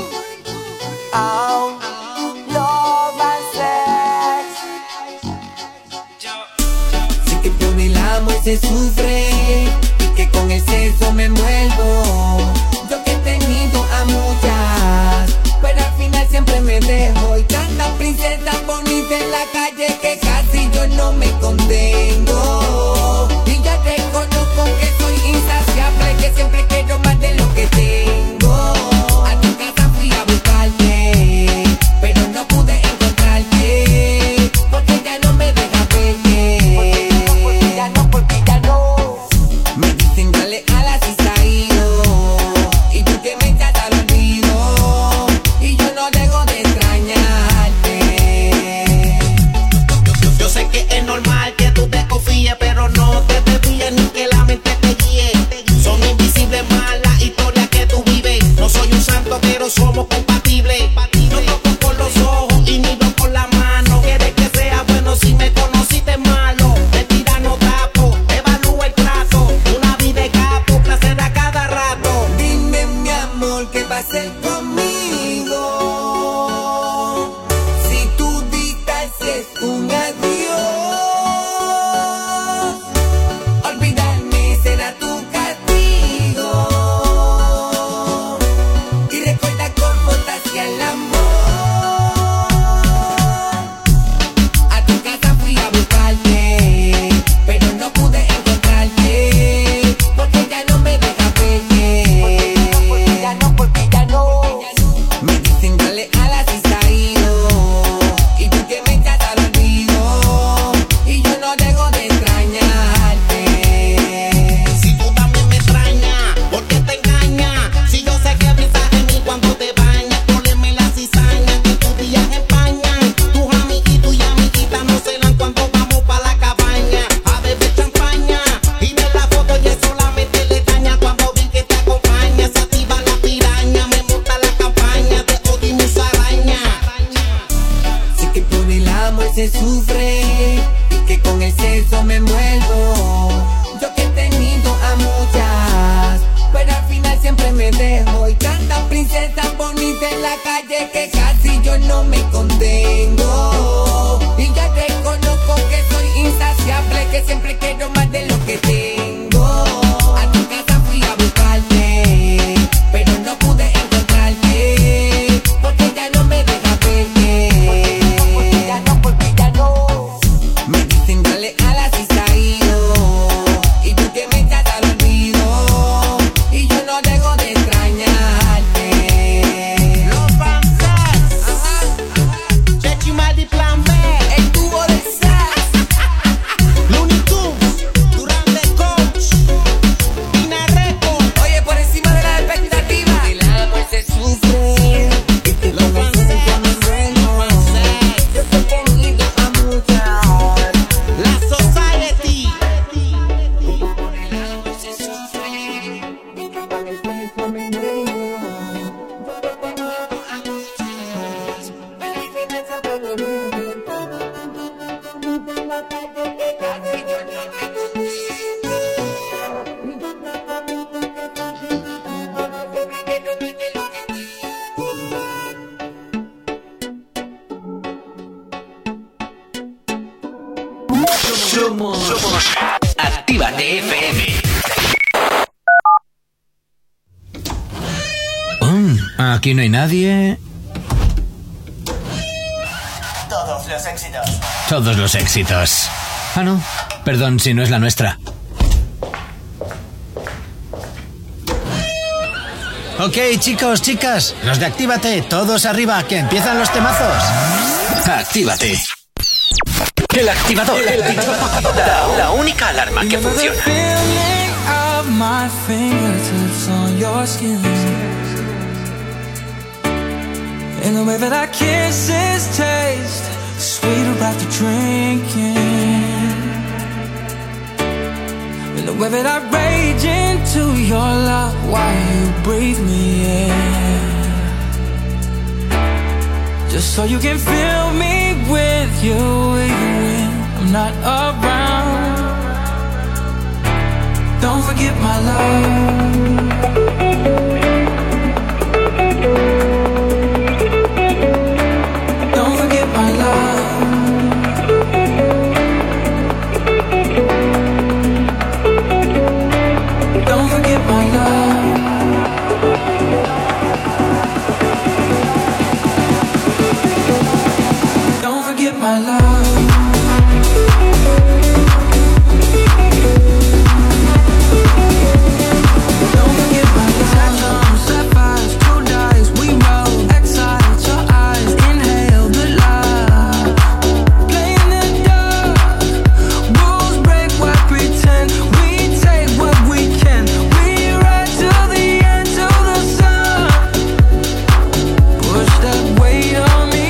Oh, love and sex. Sé que por el amor se sufre y que con el sexo me envuelvo. Yo que he tenido a muchas, pero al final siempre me dejo. Y tanta princesa bonita en la calle que casi yo no me contengo. Y ya reconozco que soy insaciable, que siempre quiero más de lo que tengo. A tu casa fui a buscarte, pero no pude encontrarte, porque ya no me deja verte. Porque ya no. Me dicen dale alas y se ha ido, y tú que me echas al olvido, y yo no dejo de extrañarte. Yo sé que es normal que tú te confíes, pero no te desvíes ni que la mente te guíe. Son invisibles más las historias que tú vives. No soy un santo, pero somos compatibles. No toco con los ojos y miro con la mano. Quieres que sea bueno si me conociste malo. Mentira no tapo, evalúa el trato. Una vida de capo, placer a cada rato. Dime mi amor, ¿qué va a hacer conmigo? Si tu distancia es un adiós, olvidarme será tu castigo. Y recuerda cómo te hacía el amor. A tu casa fui a buscarte, pero no pude encontrarte, porque ya no me deja verte. Porque ya no. Me dicen dale alas y se ha ido, y tú que me echas al olvido, y yo no dejo de extrañarte. Si tú también me extrañas, ¿por qué te engañas? Si yo sé que piensas en mí cuando te bañas. Poneme la cizaña que tus días empañan. Tus amiguitos y amiguitas no celan cuando vamos pa' la cabaña a beber champaña y ver la foto y eso solamente le daña. Cuando ven que te acompaña se activa la piraña, me monta la campaña de odio y musaraña. Sé que por el amor se sufre y que con el sexo me envuelvo. Yo que he tenido a muchas, pero al final siempre me dejo. Y tanta princesa bonita en la calle que casi yo no me contengo. Y ya reconozco que soy insaciable, que siempre quiero más de lo que tengo. A tu casa fui a buscarte, pero no pude encontrarte, porque ya no me deja verte. Porque ya no. Me dicen dale alas y se ha ido, y tú que me echas al olvido, y yo no dejo de extrañarte. Los Banzas, Somos Actívate FM. Aquí no hay nadie. Todos los éxitos. Todos los éxitos. Ah, no. Perdón si no es la nuestra. Ok, chicos, chicas. Los de Actívate, todos arriba, que empiezan los temazos. Actívate. El activador. La única alarma que funciona. And the way that our kisses taste sweeter after drinking. And the way that I rage into your love while you breathe me in. Just so you can fill me with you even when I'm not around. Don't forget my love. My love. Don't forget my love. Sapphires, two dyes, we roll. Excite your eyes, inhale the light. Play in the dark, rules break, why pretend? We take what we can. We ride till the end, till the sun. Push that weight on me.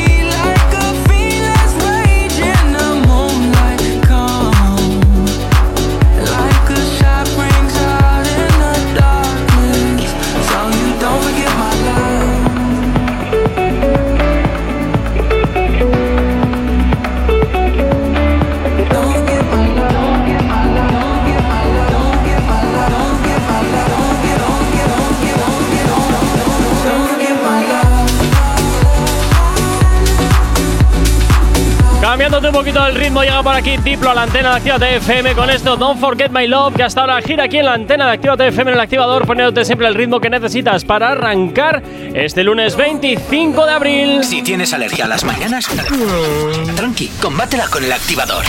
Cambiándote un poquito el ritmo, llega por aquí Diplo a la antena de Actívate FM con esto Don't Forget My Love, que hasta ahora gira aquí en la antena de Actívate FM en el activador, poniéndote siempre el ritmo que necesitas para arrancar este lunes 25 de abril. Si tienes alergia a las mañanas, tranqui, combátela con el activador.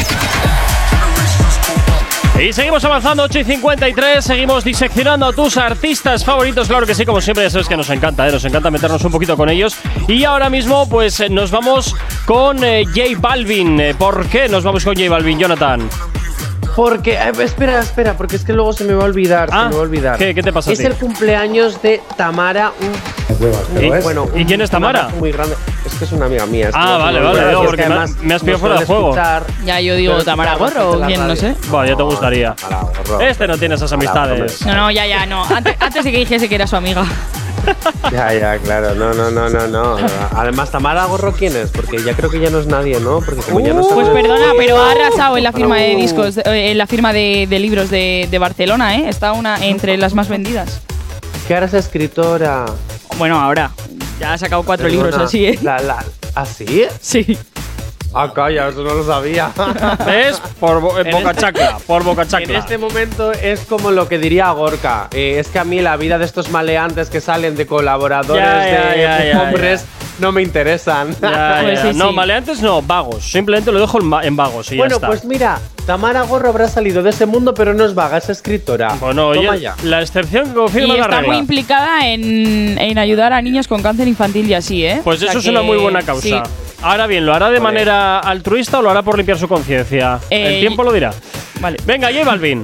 Y seguimos avanzando, 8:53, seguimos diseccionando a tus artistas favoritos, claro que sí, como siempre, ya sabes que nos encanta meternos un poquito con ellos. Y ahora mismo, pues nos vamos con J Balvin. ¿Por qué nos vamos con J Balvin, Jonathan? Porque, espera, porque es que luego se me va a olvidar, ¿Qué te pasa a ti? Es el cumpleaños de Tamara. ¿Y quién es Tamara? Muy grande. Es que es una amiga mía. Vale, porque me has pillado fuera de juego. Ya, yo digo Tamara Gorro o quién, no sé. Bueno, ya te gustaría. Este no tiene esas amistades. No, ya, no. Antes de que dijese que era su amiga. Ya, claro, no. Además, Tamara Gorro, ¿quién es? Porque ya creo que ya no es nadie, ¿no? Porque como ya no pues perdona, pero ha arrasado en la firma de discos, en la firma de libros de Barcelona, ¿eh? Está entre las más vendidas. Que ahora es escritora. Bueno, ahora. Ya ha sacado 4 libros así, ¿eh? ¿Así? Sí. Ah, calla, eso no lo sabía. ¿Ves? Por boca chacla. En este momento es como lo que diría Gorka. Es que a mí la vida de estos maleantes que salen de colaboradores de hombres no me interesan. Pues sí, no, maleantes no, vagos. Simplemente lo dejo en vagos y ya está. Bueno, pues mira, Tamara Gorro habrá salido de ese mundo, pero no es vaga, es escritora. Bueno, oye, la excepción que confirma la regla. Y está muy implicada en ayudar a niños con cáncer infantil y así, ¿eh? Pues eso es una muy buena causa. Sí. Ahora bien, ¿lo hará de manera altruista o lo hará por limpiar su conciencia? El tiempo lo dirá. Vale. Venga, J Balvin.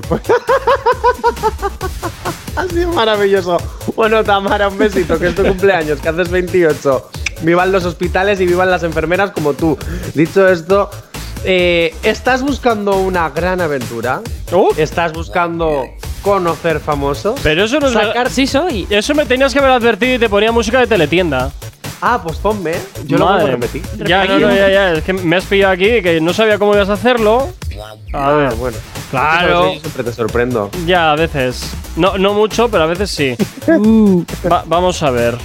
Ha sido maravilloso. Bueno, Tamara, un besito, que es tu cumpleaños, que haces 28. Vivan los hospitales y vivan las enfermeras como tú. Dicho esto, ¿estás buscando una gran aventura? ¿Estás buscando conocer famosos? Pero eso no es Sí soy. Eso me tenías que haber advertido y te ponía música de teletienda. Ah, pues ponme. Yo lo vuelvo a repetir. Ya. Es que me has pillado aquí, que no sabía cómo ibas a hacerlo. A ver, bueno. Claro. Siempre te sorprendo. Ya, a veces. No mucho, pero a veces sí. Vamos a ver.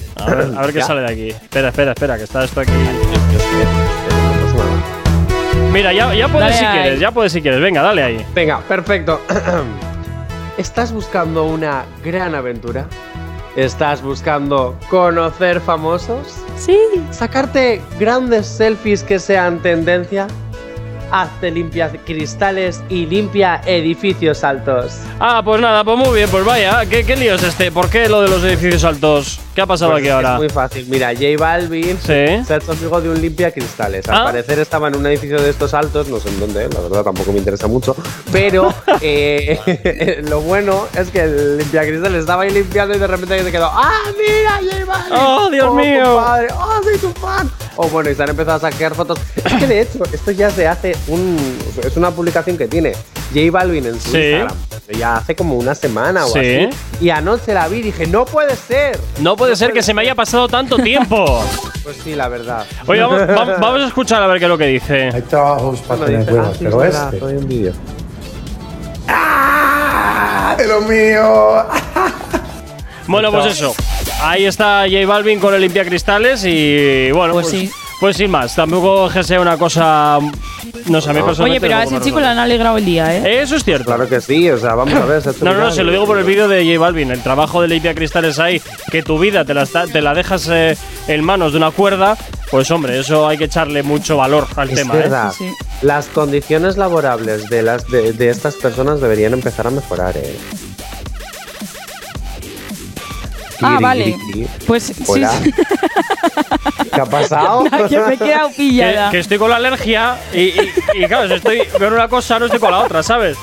A ver qué sale de aquí. Espera, que está esto aquí. Mira, ya puedes Dale si ahí. quieres, ya puedes si quieres. Venga, dale ahí. Venga, perfecto. ¿Estás buscando una gran aventura? ¿Estás buscando conocer famosos? Sí. ¿Sacarte grandes selfies que sean tendencia? Hazte limpia cristales y limpia edificios altos. Ah, pues nada, pues muy bien, pues vaya. ¿Qué lío es este? ¿Por qué lo de los edificios altos? ¿Qué ha pasado Pues aquí ahora? Es muy fácil. Mira, J Balvin se ha hecho amigo de un limpia cristales. Al parecer estaba en un edificio de estos altos, no sé en dónde, la verdad tampoco me interesa mucho. Pero lo bueno es que el limpia cristales estaba ahí limpiando y de repente se quedó. ¡Ah, mira, J Balvin! ¡Oh, Dios mío! Compadre. ¡Oh, soy tu fan! O bueno, y se han empezado a sacar fotos. Es que de hecho, esto ya se hace es una publicación que tiene J Balvin en su Instagram. Ya hace como una semana o así. Y anoche la vi y dije, no puede ser. No puede ser que se me haya pasado tanto tiempo. Pues sí, la verdad. Oye, vamos a escuchar a ver qué es lo que dice. Hay trabajos para tener huevos, pero este. Hay un vídeo. ¡Ah! ¡De lo mío! Bueno, pues eso. Ahí está J Balvin con el limpiacristales y bueno, Pues sí. Pues sin más, tampoco es que sea una cosa. No sé, a mí personalmente. Oye, pero a ese chico le han alegrado el día, ¿eh? Eso es cierto. Claro que sí, o sea, vamos a ver. No, se lo digo por el vídeo de J Balvin. El trabajo de limpiacristales ahí, que tu vida te la dejas en manos de una cuerda. Pues hombre, eso hay que echarle mucho valor al tema. Es verdad. Sí. Las condiciones laborables de estas personas deberían empezar a mejorar, Vale. Pues hola. sí. ¿Qué ha pasado? Que me he quedado pillada. Que estoy con la alergia y claro, si estoy con una cosa no estoy con la otra, ¿sabes?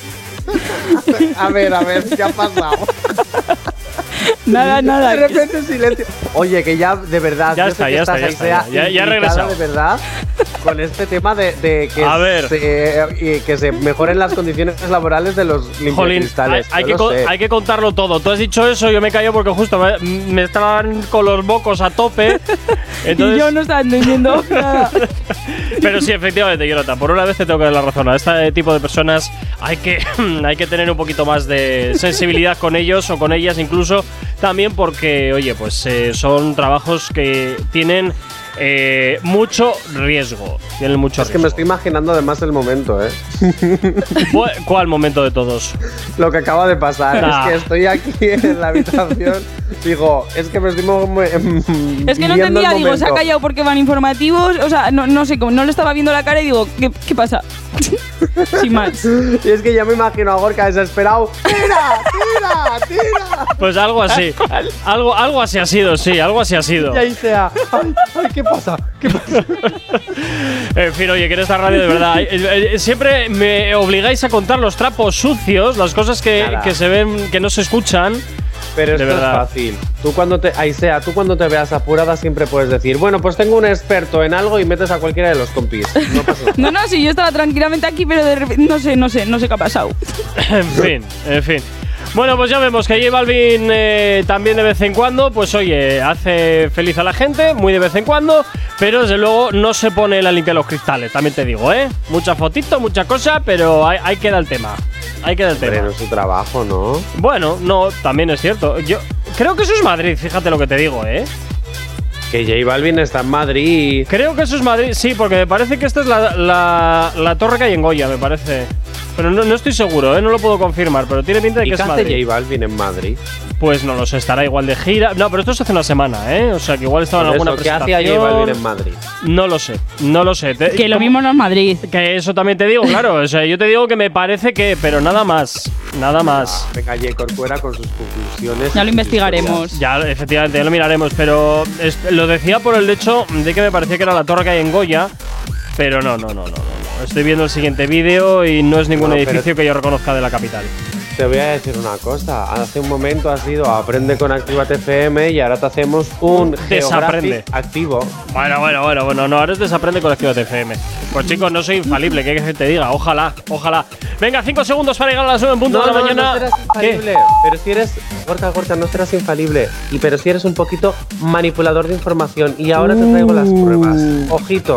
A ver, ¿qué ha pasado? Nada. De repente silencio. Oye, que ya de verdad. Ya está. Ya regresado. De verdad. Con este tema de que se mejoren las condiciones laborales de los limpiacristales. Hay que contarlo todo. Tú has dicho eso, yo me callo porque justo me estaban con los mocos a tope. Entonces… Y yo no estaba entendiendo nada. Pero sí, efectivamente, Jonathan, por una vez te tengo que dar la razón. A este tipo de personas hay que tener un poquito más de sensibilidad con ellos o con ellas incluso. También porque, oye, pues son trabajos que tienen mucho riesgo. Tienen mucho riesgo. Que me estoy imaginando además el momento, ¿Cuál momento de todos? Lo que acaba de pasar. Es que estoy aquí en la habitación. Digo, es que me estoy es que no entendía, digo, se ha callado porque van informativos. O sea, no sé, como no le estaba viendo la cara y digo, ¿qué pasa? Sin más. Y es que ya me imagino a Gorka desesperado. ¡Tira! Pues algo así. Algo así ha sido, sí, algo así ha sido. Y ahí sea. Ay, ¿qué pasa? En fin, oye, que en esta radio de verdad siempre me obligáis a contar los trapos sucios, las cosas que se ven, que no se escuchan. Pero esto es fácil. Tú cuando te veas apurada siempre puedes decir, bueno, pues tengo un experto en algo y metes a cualquiera de los compis. No pasa nada. No, sí, yo estaba tranquilamente aquí, pero de repente no sé qué ha pasado. En fin. Bueno, pues ya vemos que J Balvin también de vez en cuando, pues oye, hace feliz a la gente, muy de vez en cuando, pero desde luego no se pone la limpia los cristales, también te digo, mucha fotito, mucha cosa, pero ahí queda el tema. Pero es su trabajo, ¿no? Bueno, no, también es cierto. Yo creo que eso es Madrid, fíjate lo que te digo, Que J Balvin está en Madrid. Creo que eso es Madrid, sí, porque me parece que esta es la torre que hay en Goya, me parece. Pero no estoy seguro, no lo puedo confirmar, pero tiene pinta de que es Madrid. ¿Y qué hace J Balvin en Madrid? Pues no lo sé, estará igual de gira. No, pero esto es hace una semana, O sea, que igual estaba en alguna presentación. ¿Qué hacía J Balvin en Madrid? No lo sé. Que lo mismo no es Madrid. Que eso también te digo, claro. O sea, yo te digo que me parece que… Pero nada más. Venga, J Corcuera con sus conclusiones. Ya lo investigaremos. Ya, efectivamente, ya lo miraremos. Pero lo decía por el hecho de que me parecía que era la torre que hay en Goya. Pero no. Estoy viendo el siguiente vídeo y no es ningún edificio que yo reconozca de la capital. Te voy a decir una cosa. Hace un momento has ido a Aprende con Actívate FM y ahora te hacemos un Desaprende activo. Bueno. No, ahora es Desaprende con Actívate FM. Pues chicos, no soy infalible, ¿qué que te diga? Ojalá. Venga, 5 segundos para llegar a las 9 en punto de la mañana. No serás infalible. ¿Qué? Pero si eres… Gorka, no serás infalible. Pero si eres un poquito manipulador de información. Y ahora te traigo las pruebas. Ojito.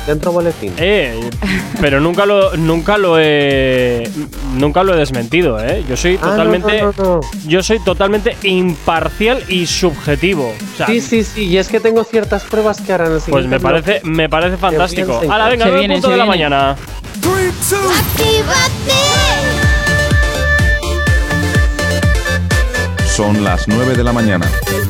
dentro boletín. Pero nunca lo he desmentido, ¿eh? Yo soy totalmente, yo soy totalmente imparcial y subjetivo. O sea, sí, y es que tengo ciertas pruebas que harán el siguiente. Pues me parece fantástico. Ahora venga, 9 de la mañana. 3, 2. Son las 9 de la mañana.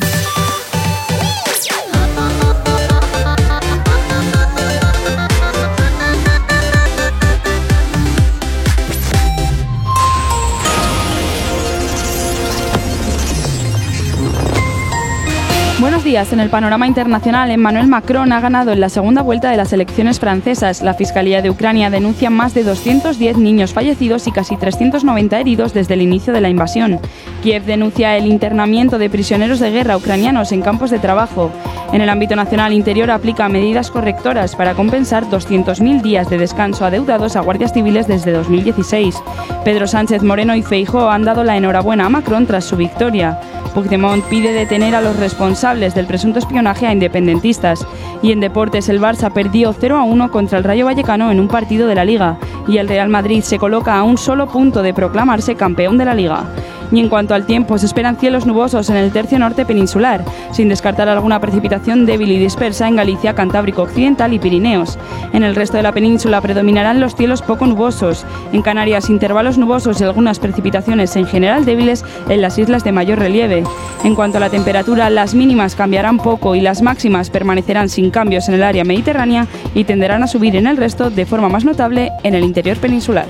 Buenos días. En el panorama internacional, Emmanuel Macron ha ganado en la segunda vuelta de las elecciones francesas. La Fiscalía de Ucrania denuncia más de 210 niños fallecidos y casi 390 heridos desde el inicio de la invasión. Kiev denuncia el internamiento de prisioneros de guerra ucranianos en campos de trabajo. En el ámbito nacional, Interior aplica medidas correctoras para compensar 200.000 días de descanso adeudados a guardias civiles desde 2016. Pedro Sánchez, Moreno y Feijóo han dado la enhorabuena a Macron tras su victoria. Puigdemont pide detener a los responsables del presunto espionaje a independentistas. Y en deportes, el Barça perdió 0-1 contra el Rayo Vallecano en un partido de la Liga. Y el Real Madrid se coloca a un solo punto de proclamarse campeón de la Liga. Y en cuanto al tiempo, se esperan cielos nubosos en el tercio norte peninsular, sin descartar alguna precipitación débil y dispersa en Galicia, Cantábrico Occidental y Pirineos. En el resto de la península predominarán los cielos poco nubosos. En Canarias, intervalos nubosos y algunas precipitaciones en general débiles en las islas de mayor relieve. En cuanto a la temperatura, las mínimas cambiarán poco y las máximas permanecerán sin cambios en el área mediterránea y tenderán a subir en el resto de forma más notable en el interior peninsular.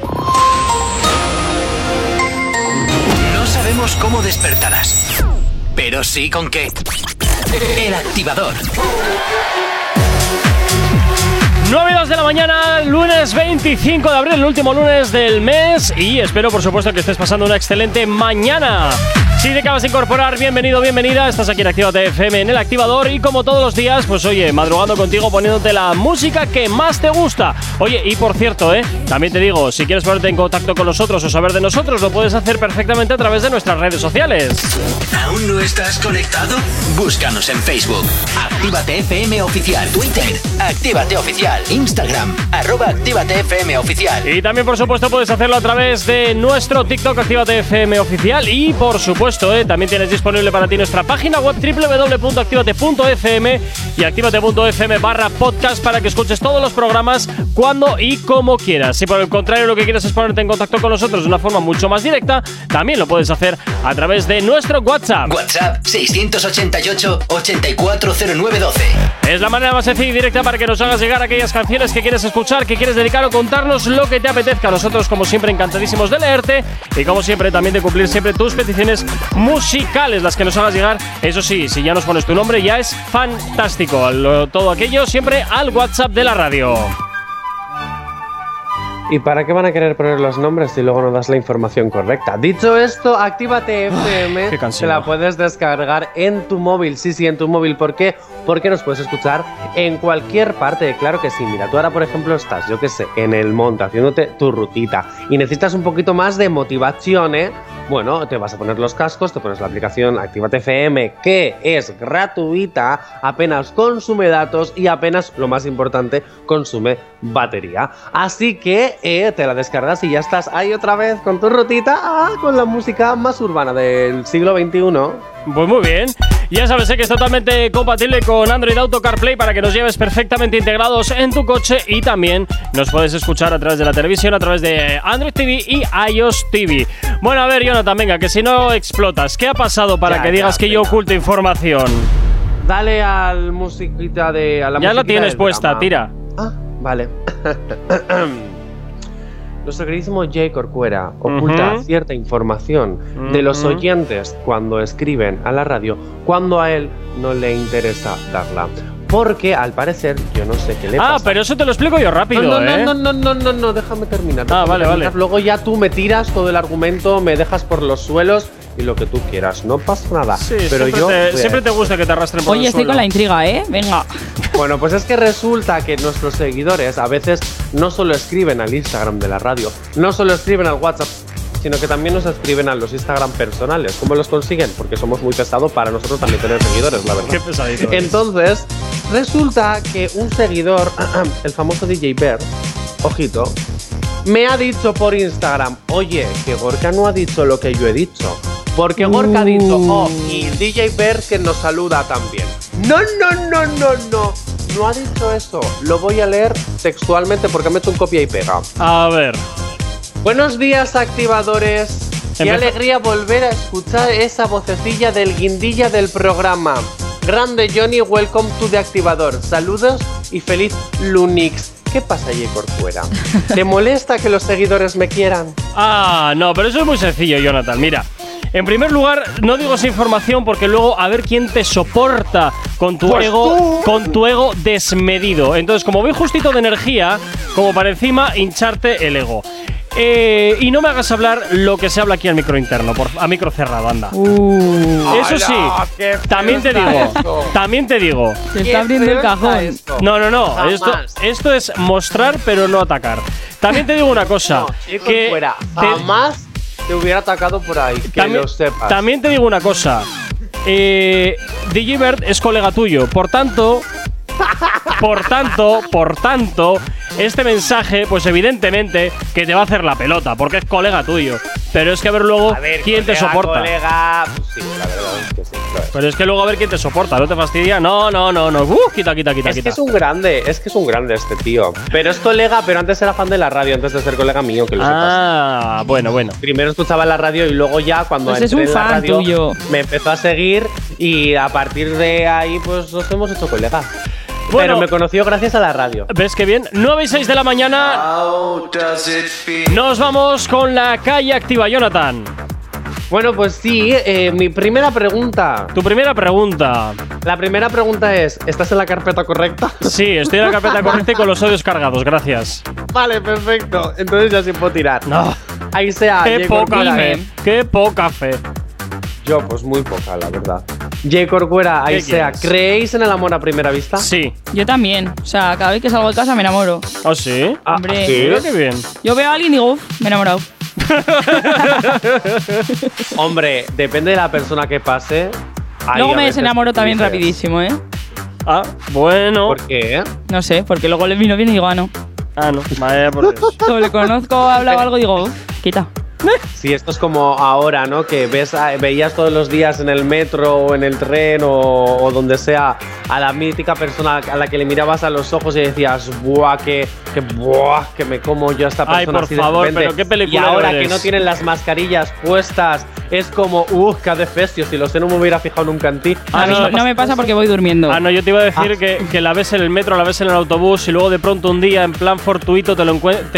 Sabemos cómo despertarás, pero sí con qué. El Activador. 9:02 de la mañana, lunes 25 de abril, el último lunes del mes. Y espero, por supuesto, que estés pasando una excelente mañana. Si te acabas de incorporar, bienvenido, bienvenida. Estás aquí en Actívate FM en El Activador. Y como todos los días, pues oye, madrugando contigo, poniéndote la música que más te gusta. Oye, y por cierto, también te digo, si quieres ponerte en contacto con nosotros o saber de nosotros, lo puedes hacer perfectamente a través de nuestras redes sociales. ¿Aún no estás conectado? Búscanos en Facebook. Actívate FM Oficial. Twitter. Actívate Oficial. Instagram. @Actívate FM Oficial. Y también, por supuesto, puedes hacerlo a través de nuestro TikTok, Actívate FM Oficial. Y, por supuesto, también tienes disponible para ti nuestra página web www.activate.fm y activate.fm/podcast para que escuches todos los programas cuando y como quieras. Si por el contrario lo que quieres es ponerte en contacto con nosotros de una forma mucho más directa, también lo puedes hacer a través de nuestro WhatsApp. WhatsApp 688-840912. Es la manera más sencilla y directa para que nos hagas llegar aquellas canciones que quieres escuchar, que quieres dedicar o contarnos lo que te apetezca. Nosotros, como siempre, encantadísimos de leerte y, como siempre, también de cumplir siempre tus peticiones musicales, las que nos hagas llegar. Eso sí, si ya nos pones tu nombre, ya es fantástico. Todo aquello siempre al WhatsApp de la radio. ¿Y para qué van a querer poner los nombres si luego no das la información correcta? Dicho esto, Actívate FM, te la puedes descargar en tu móvil. Sí, en tu móvil. ¿Por qué? Porque nos puedes escuchar en cualquier parte. Claro que sí. Mira, tú ahora, por ejemplo, estás, yo qué sé, en el monte, haciéndote tu rutita y necesitas un poquito más de motivación, Bueno, te vas a poner los cascos, te pones la aplicación Actívate FM, que es gratuita, apenas consume datos y apenas, lo más importante, consume batería. Así que te la descargas y ya estás ahí otra vez con tu rutita, con la música más urbana del siglo XXI. Pues muy bien. Ya sabes que es totalmente compatible con Android Auto CarPlay para que nos lleves perfectamente integrados en tu coche, y también nos puedes escuchar a través de la televisión, a través de Android TV y iOS TV. Bueno, a ver, Jonathan, venga, que si no explotas. ¿Qué ha pasado para que digas que yo oculto información? Dale al musiquita de... Ya la tienes puesta, tira. Ah, vale. Nuestro queridísimo Jay Corcuera oculta cierta información de los oyentes cuando escriben a la radio, cuando a él no le interesa darla. Porque, al parecer, yo no sé qué le pasa. Ah, pero eso te lo explico yo rápido, no, déjame terminar. Vale. Luego ya tú me tiras todo el argumento, me dejas por los suelos y lo que tú quieras. No pasa nada. Sí, pero siempre te gusta que te arrastren por el suelo. Oye, estoy con la intriga, Venga. Bueno, pues es que resulta que nuestros seguidores a veces no solo escriben al Instagram de la radio, no solo escriben al WhatsApp, sino que también nos escriben a los Instagram personales. ¿Cómo los consiguen? Porque somos muy pesados para nosotros también tener seguidores, la verdad. Qué pesadito. Entonces, Resulta que un seguidor, el famoso DJ Bear, ojito, me ha dicho por Instagram, oye, que Gorka no ha dicho lo que yo he dicho. Porque Gorka ha dicho, y el DJ Bear que nos saluda también. No ha dicho eso. Lo voy a leer textualmente porque me he hecho un copia y pega. A ver. Buenos días, activadores. Qué alegría volver a escuchar esa vocecilla del guindilla del programa. Grande Johnny, welcome to the activador. Saludos y feliz Lunix. ¿Qué pasa allí por fuera? ¿Te molesta que los seguidores me quieran? Ah, no, pero eso es muy sencillo, Jonathan. Mira, en primer lugar, no digo esa información porque luego a ver quién te soporta con tu ego desmedido. Entonces, como voy justito de energía, como para encima hincharte el ego. Y no me hagas hablar lo que se habla aquí al micro interno, a micro cerrado, anda. Eso sí, también te digo. Se está abriendo el cajón. No. Esto es mostrar, pero no atacar. También te digo una cosa. Jamás te hubiera atacado por ahí, que lo sepas. También te digo una cosa. DJ Bert es colega tuyo, por tanto, este mensaje, pues evidentemente que te va a hacer la pelota, porque es colega tuyo. Pero es que a ver luego quién te soporta. Colega, pues sí, la verdad es que sí. Pero es que luego a ver quién te soporta, ¿no te fastidia? No. Quita. Que es un grande este tío. Pero es colega, pero antes era fan de la radio, antes de ser colega mío, que lo sepas. Ah, bueno. Primero escuchaba la radio y luego ya cuando pues entré es un en la fan radio tuyo. Me empezó a seguir y a partir de ahí pues nos hemos hecho colegas. Pero me conoció gracias a la radio. ¿Ves qué bien? 9 y 6 de la mañana. Nos vamos con la calle activa, Jonathan. Bueno, pues sí, mi primera pregunta. Tu primera pregunta. La primera pregunta es, ¿estás en la carpeta correcta? Sí, estoy en la carpeta correcta y con los audios cargados, gracias. Vale, perfecto. Entonces ya sí puedo tirar. No. Ahí sea. Qué poca fe. Yo, pues muy poca, la verdad. J. Corcuera, ahí sea. ¿Creéis en el amor a primera vista? Sí. Yo también. O sea, cada vez que salgo de casa me enamoro. ¿Ah, sí? Hombre. ¿Sí? Mira qué bien. Yo veo a alguien y digo, uff, me he enamorado. Hombre, depende de la persona que pase. Luego me desenamoro también rapidísimo, ¿eh? Ah, bueno. ¿Por qué? No sé, porque luego le vino bien y digo, ah, no. Vaya por Dios. Como le conozco, habla o algo, digo, quita. Sí, esto es como ahora, ¿no? Que veías todos los días en el metro o en el tren o donde sea a la mítica persona a la que le mirabas a los ojos y decías, ¡buah, que me como yo a esta persona! Ay, por así favor, de repente! pero qué película. Y ahora eres. que no tienen las mascarillas puestas, es como, ¡qué defestio! Si lo sé, no me hubiera fijado nunca en ti. No me pasa porque voy durmiendo. No, yo te iba a decir que la ves en el metro, la ves en el autobús y luego de pronto un día, en plan fortuito, te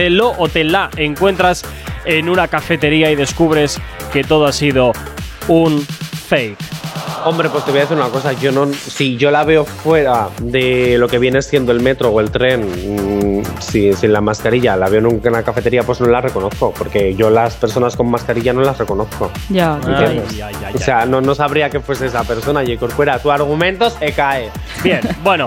la encuentras en una cafetería y descubres que todo ha sido un fake. Hombre, pues te voy a decir una cosa, si yo la veo fuera de lo que viene siendo el metro o el tren, sin la mascarilla, la veo en una cafetería, pues no la reconozco, porque yo las personas con mascarilla no las reconozco. Ya, O sea, no sabría que fuese esa persona, J. Corcuera, tu argumento se cae. Bien, bueno.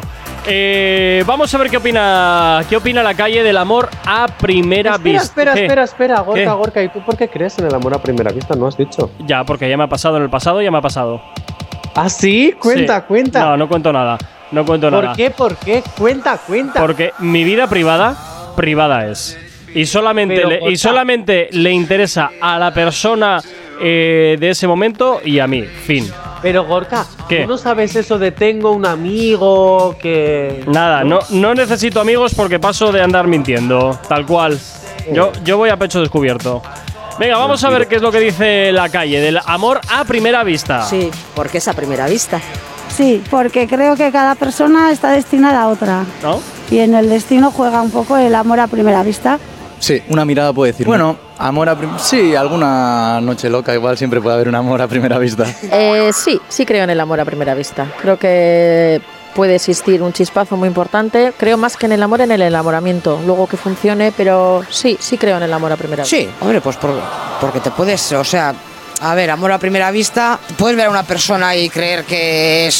Vamos a ver qué opina la calle del amor a primera vista. Espera, Gorka, ¿y tú por qué crees en el amor a primera vista? ¿No has dicho? Ya, porque ya me ha pasado en el pasado, ya me ha pasado. ¿Ah, sí? Cuenta. No cuento nada. ¿Por qué? Cuenta. Porque mi vida privada es. Y solamente le interesa a la persona de ese momento y a mí. Fin. Pero Gorka, ¿qué? ¿Tú no sabes eso de tengo un amigo que...? Nada, no necesito amigos porque paso de andar mintiendo, tal cual. Yo voy a pecho descubierto. Venga, vamos a ver qué es lo que dice la calle del amor a primera vista. Sí, porque es a primera vista. Sí, porque creo que cada persona está destinada a otra. ¿No? Y en el destino juega un poco el amor a primera vista. Sí, una mirada puede decir. Bueno, amor a primera vista. Sí, alguna noche loca, igual siempre puede haber un amor a primera vista. Sí creo en el amor a primera vista. Creo que puede existir un chispazo muy importante. Creo más que en el amor, en el enamoramiento. Luego que funcione, pero sí creo en el amor a primera vista. Sí, hombre, pues porque te puedes, o sea... A ver, amor a primera vista, puedes ver a una persona y creer que es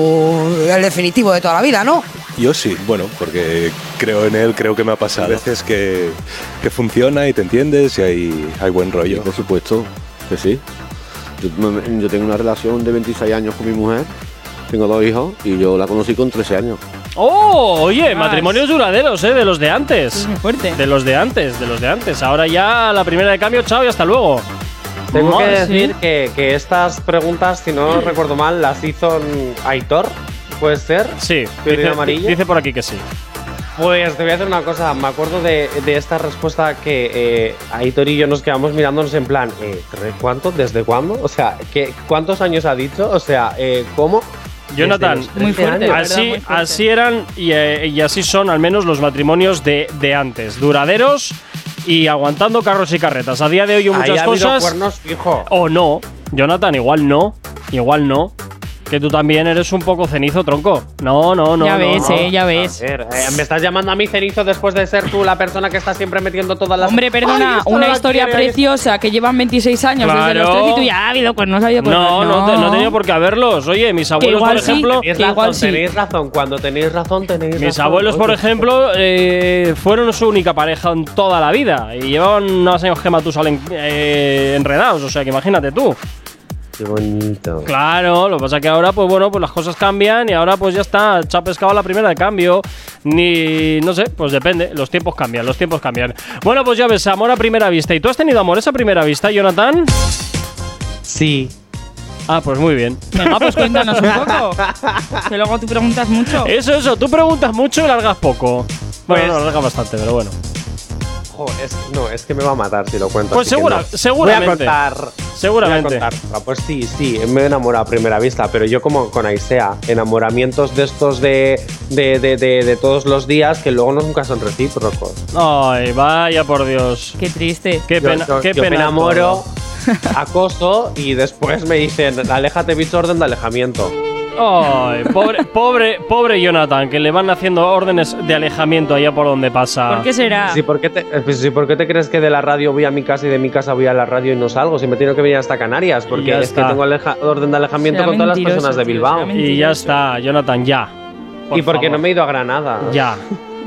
el definitivo de toda la vida, ¿no? Yo sí, bueno, porque creo en él, creo que me ha pasado. A veces que funciona y te entiendes y hay buen rollo. Por supuesto, que sí. Yo tengo una relación de 26 años con mi mujer tengo 2 hijos y yo la conocí con 13 años. ¡Oh! Oye, matrimonios duraderos, de los de antes. Es muy fuerte. De los de antes. Ahora ya la primera de cambio, chao y hasta luego. Tengo que decir que estas preguntas, si no recuerdo mal, las hizo Aitor, ¿puede ser? Sí, dice por aquí que sí. Pues te voy a decir una cosa, me acuerdo de esta respuesta que Aitor y yo nos quedamos mirándonos en plan, ¿cuánto? ¿Desde cuándo? O sea, ¿cuántos años ha dicho? O sea, ¿cómo? Jonathan, muy fuerte, así eran y así son al menos los matrimonios de antes, duraderos y aguantando carros y carretas. A día de hoy muchas cosas. Cuernos, fijo. O no, Jonathan, igual no. Que tú también eres un poco cenizo, tronco. No. Ya ves. A ver, me estás llamando a mí cenizo después de ser tú la persona que está siempre metiendo todas las… Hombre, perdona, una historia preciosa que llevan 26 años desde los 3 y tú ya ha habido cuernos. No he tenido por qué haberlos. Oye, mis abuelos, por ejemplo… Tenéis razón. Cuando tenéis razón, tenéis razón. Mis abuelos, por ejemplo, fueron su única pareja en toda la vida y llevaban unos años que Matusalén enredados. O sea, que imagínate tú. Qué bonito. Claro, lo que pasa es que ahora, pues bueno, pues las cosas cambian y ahora pues ya está, se ha pescado la primera de cambio. No sé, pues depende, los tiempos cambian. Bueno, pues ya ves, amor a primera vista. ¿Y tú has tenido amores a primera vista, Jonathan? Sí. Ah, pues muy bien. Venga, pues cuéntanos un poco. Que luego tú preguntas mucho. Eso, tú preguntas mucho y largas poco. Bueno, Pues, no, largas bastante, pero bueno. Es que me va a matar si lo cuento. Pues seguramente. Voy a contar. Seguramente. Pues sí, me he enamorado a primera vista, pero yo como con Aisea, enamoramientos de estos de todos los días que luego nunca son recíprocos. Ay, vaya por Dios. Qué triste. Qué pena. Yo me enamoro, acoso y después me dicen, aléjate, bicho, orden de alejamiento. Ay, pobre Jonathan, que le van haciendo órdenes de alejamiento allá por donde pasa. ¿Por qué será? Sí, ¿por qué te crees que de la radio voy a mi casa y de mi casa voy a la radio y no salgo? Si me tengo que venir hasta Canarias, porque es que tengo orden de alejamiento con todas las personas de Bilbao. Y ya está, Jonathan, ya. Y porque no me he ido a Granada. Ya.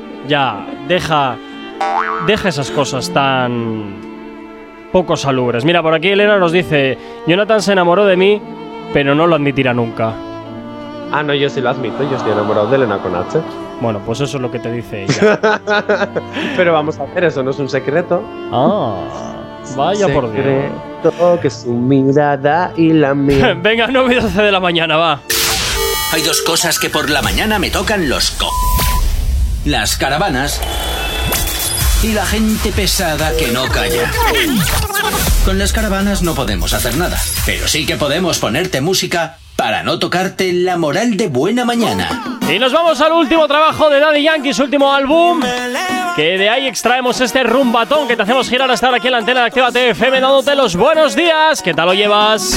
Deja esas cosas tan poco salubres. Mira, por aquí Elena nos dice: Jonathan se enamoró de mí, pero no lo admitirá nunca. Ah, no, yo sí lo admito, yo estoy enamorado de Elena con H. Bueno, pues eso es lo que te dice ella. Pero vamos a hacer, eso no es un secreto. Ah, vaya por Dios. Secreto que su mirada y la mía. Venga, 9:12 de la mañana, va. Hay dos cosas que por la mañana me tocan los las caravanas y la gente pesada que no calla. Con las caravanas no podemos hacer nada, pero sí que podemos ponerte música para no tocarte la moral de buena mañana. Y nos vamos al último trabajo de Daddy Yankee, su último álbum, que de ahí extraemos este rumbatón que te hacemos girar hasta aquí en la antena de Actívate FM, dándote los buenos días. ¿Qué tal lo llevas?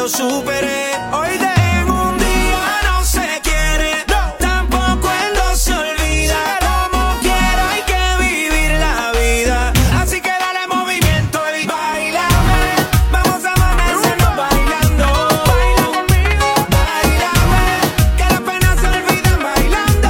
lo superé. Hoy en un día no se quiere, tampoco él no se olvida. Como quiera hay que vivir la vida, así que dale movimiento y bailame. Vamos a amanecernos bailando. Baila conmigo, bailame, que las penas se olvidan bailando.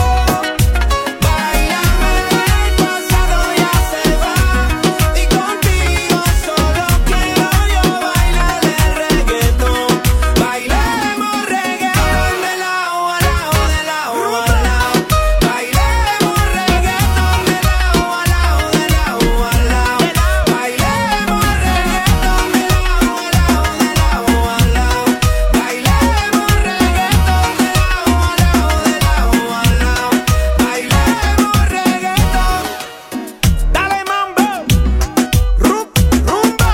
Bailame, el pasado ya se va y contigo solo quiero yo bailar el reggaetón. Bailemos reggaetón de lado a lado, de lado a lado. Bailemos reggaetón de lado a lado, de lado a lado. Bailemos reggaetón de lado a lado, de lado a lado. Bailemos reggaetón de lado a lado, de lado a lado. Bailemos reggaetón. Dale mambo, rumba.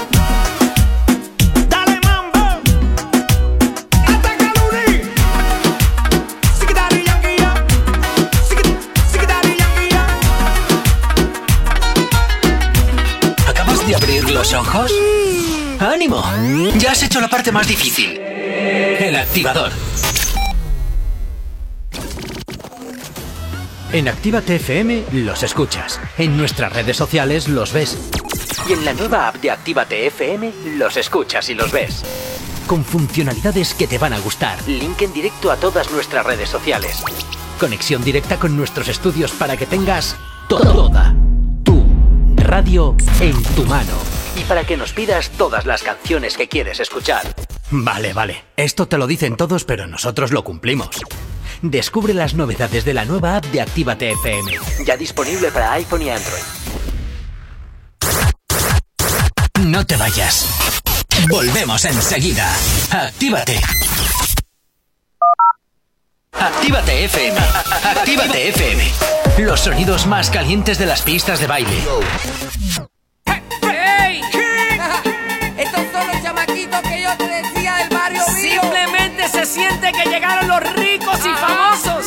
Dale mambo. Ataca Luni. Sikidari yanguía. Sikidari yanguía. ¿Acabas de abrir los ojos? ¡Ánimo! Ya has hecho la parte más difícil. El activador. En Actívate FM los escuchas. En nuestras redes sociales los ves. Y en la nueva app de Actívate FM los escuchas y los ves. Con funcionalidades que te van a gustar. Link en directo a todas nuestras redes sociales. Conexión directa con nuestros estudios para que tengas toda tu radio en tu mano. Y para que nos pidas todas las canciones que quieres escuchar. Vale. Esto te lo dicen todos, pero nosotros lo cumplimos. Descubre las novedades de la nueva app de Actívate FM. Ya disponible para iPhone y Android. No te vayas. Volvemos enseguida. Actívate. Actívate FM. Actívate FM. Los sonidos más calientes de las pistas de baile. ¡Hey! Estos son los chamaquitos que yo te decía del barrio mío. Simplemente se siente que llegaron los ricos y famosos.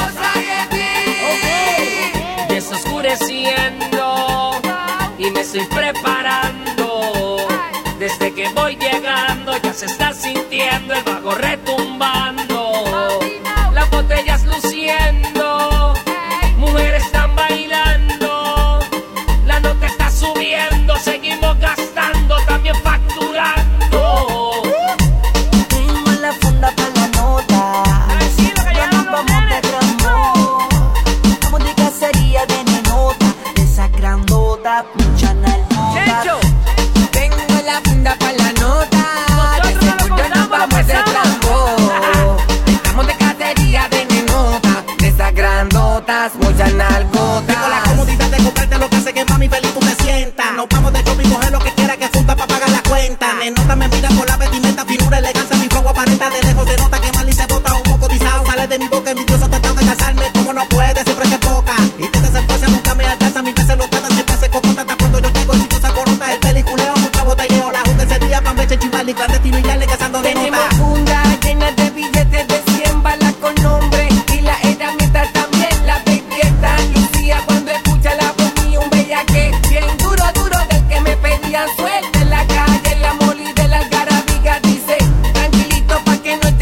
Desoscureciendo y me estoy preparando. Desde que voy llegando ya se está sintiendo el bajo retumbando. Las botellas luciendo, mujeres están bailando. La nota está subiendo, seguimos gastando, también facturando. Tengo la funda para la nota. Ya nos vamos de trambo. Vamos de cacería de nenota. De esa grandota, mucha nalgota. Tengo la funda para la nota. De seguro nos vamos de trambo. Estamos de cacería de nenota. De esas grandotas, mucha nalgota. Tengo la comodidad de comprarte lo que hace que mami feliz tú te sientas. Nos vamos de shopping, coger lo que quiera que funda para pagar la cuenta. Nenota me mira por la vestimenta, finura, elegancia, mi flow aparenta. De lejos se nota que mal y se bota un poco disado. Sale de mi boca envidioso tratando de casarme. Como no puede, siempre se poca. Y te desempeña, nunca me alcanza. Mi veces lo trata, siempre se cocota. Hasta cuando yo llego, si tú se corota. El peliculeo, mucho botelleo. La junta ese día, pan, beche, chival y clandestino y ya le cazando de Tenemos nota. funda llena de billetes de 100 balas con nombre. Y la herramienta también, la baby está lucía cuando escucha la voz mía, un bellaque bien duro, duro del que me pedían suerte en la calle, en la moli de la algarabía dice, tranquilito pa' que no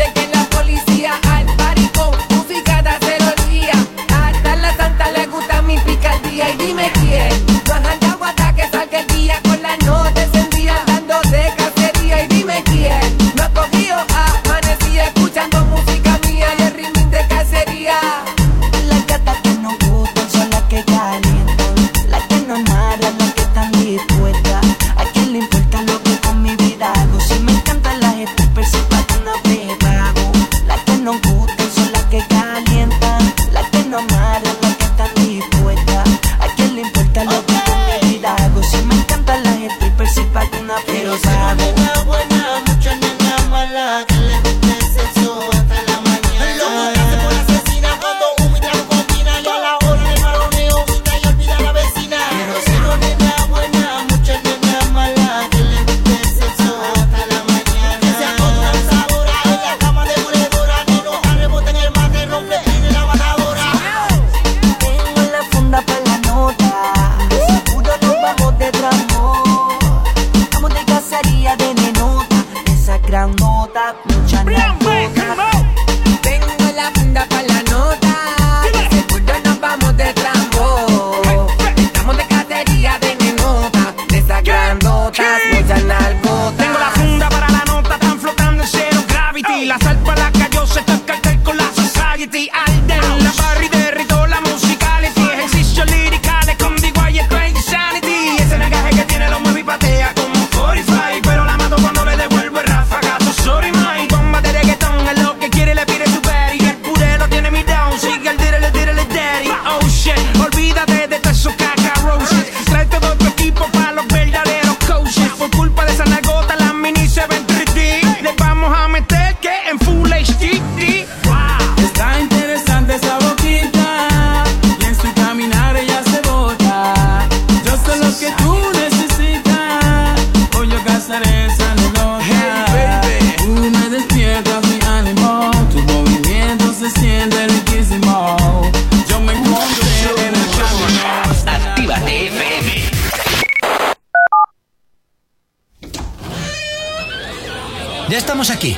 Ya estamos aquí.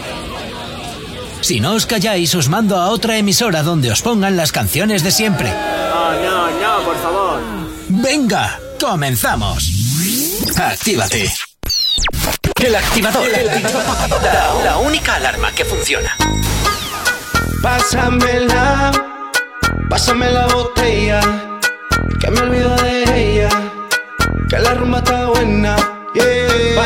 Si no os calláis, os mando a otra emisora donde os pongan las canciones de siempre. No, por favor. Venga, comenzamos. Actívate. El activador. La única alarma que funciona. Pásame la botella, que me olvido de ella, que la rumba está buena, yeah.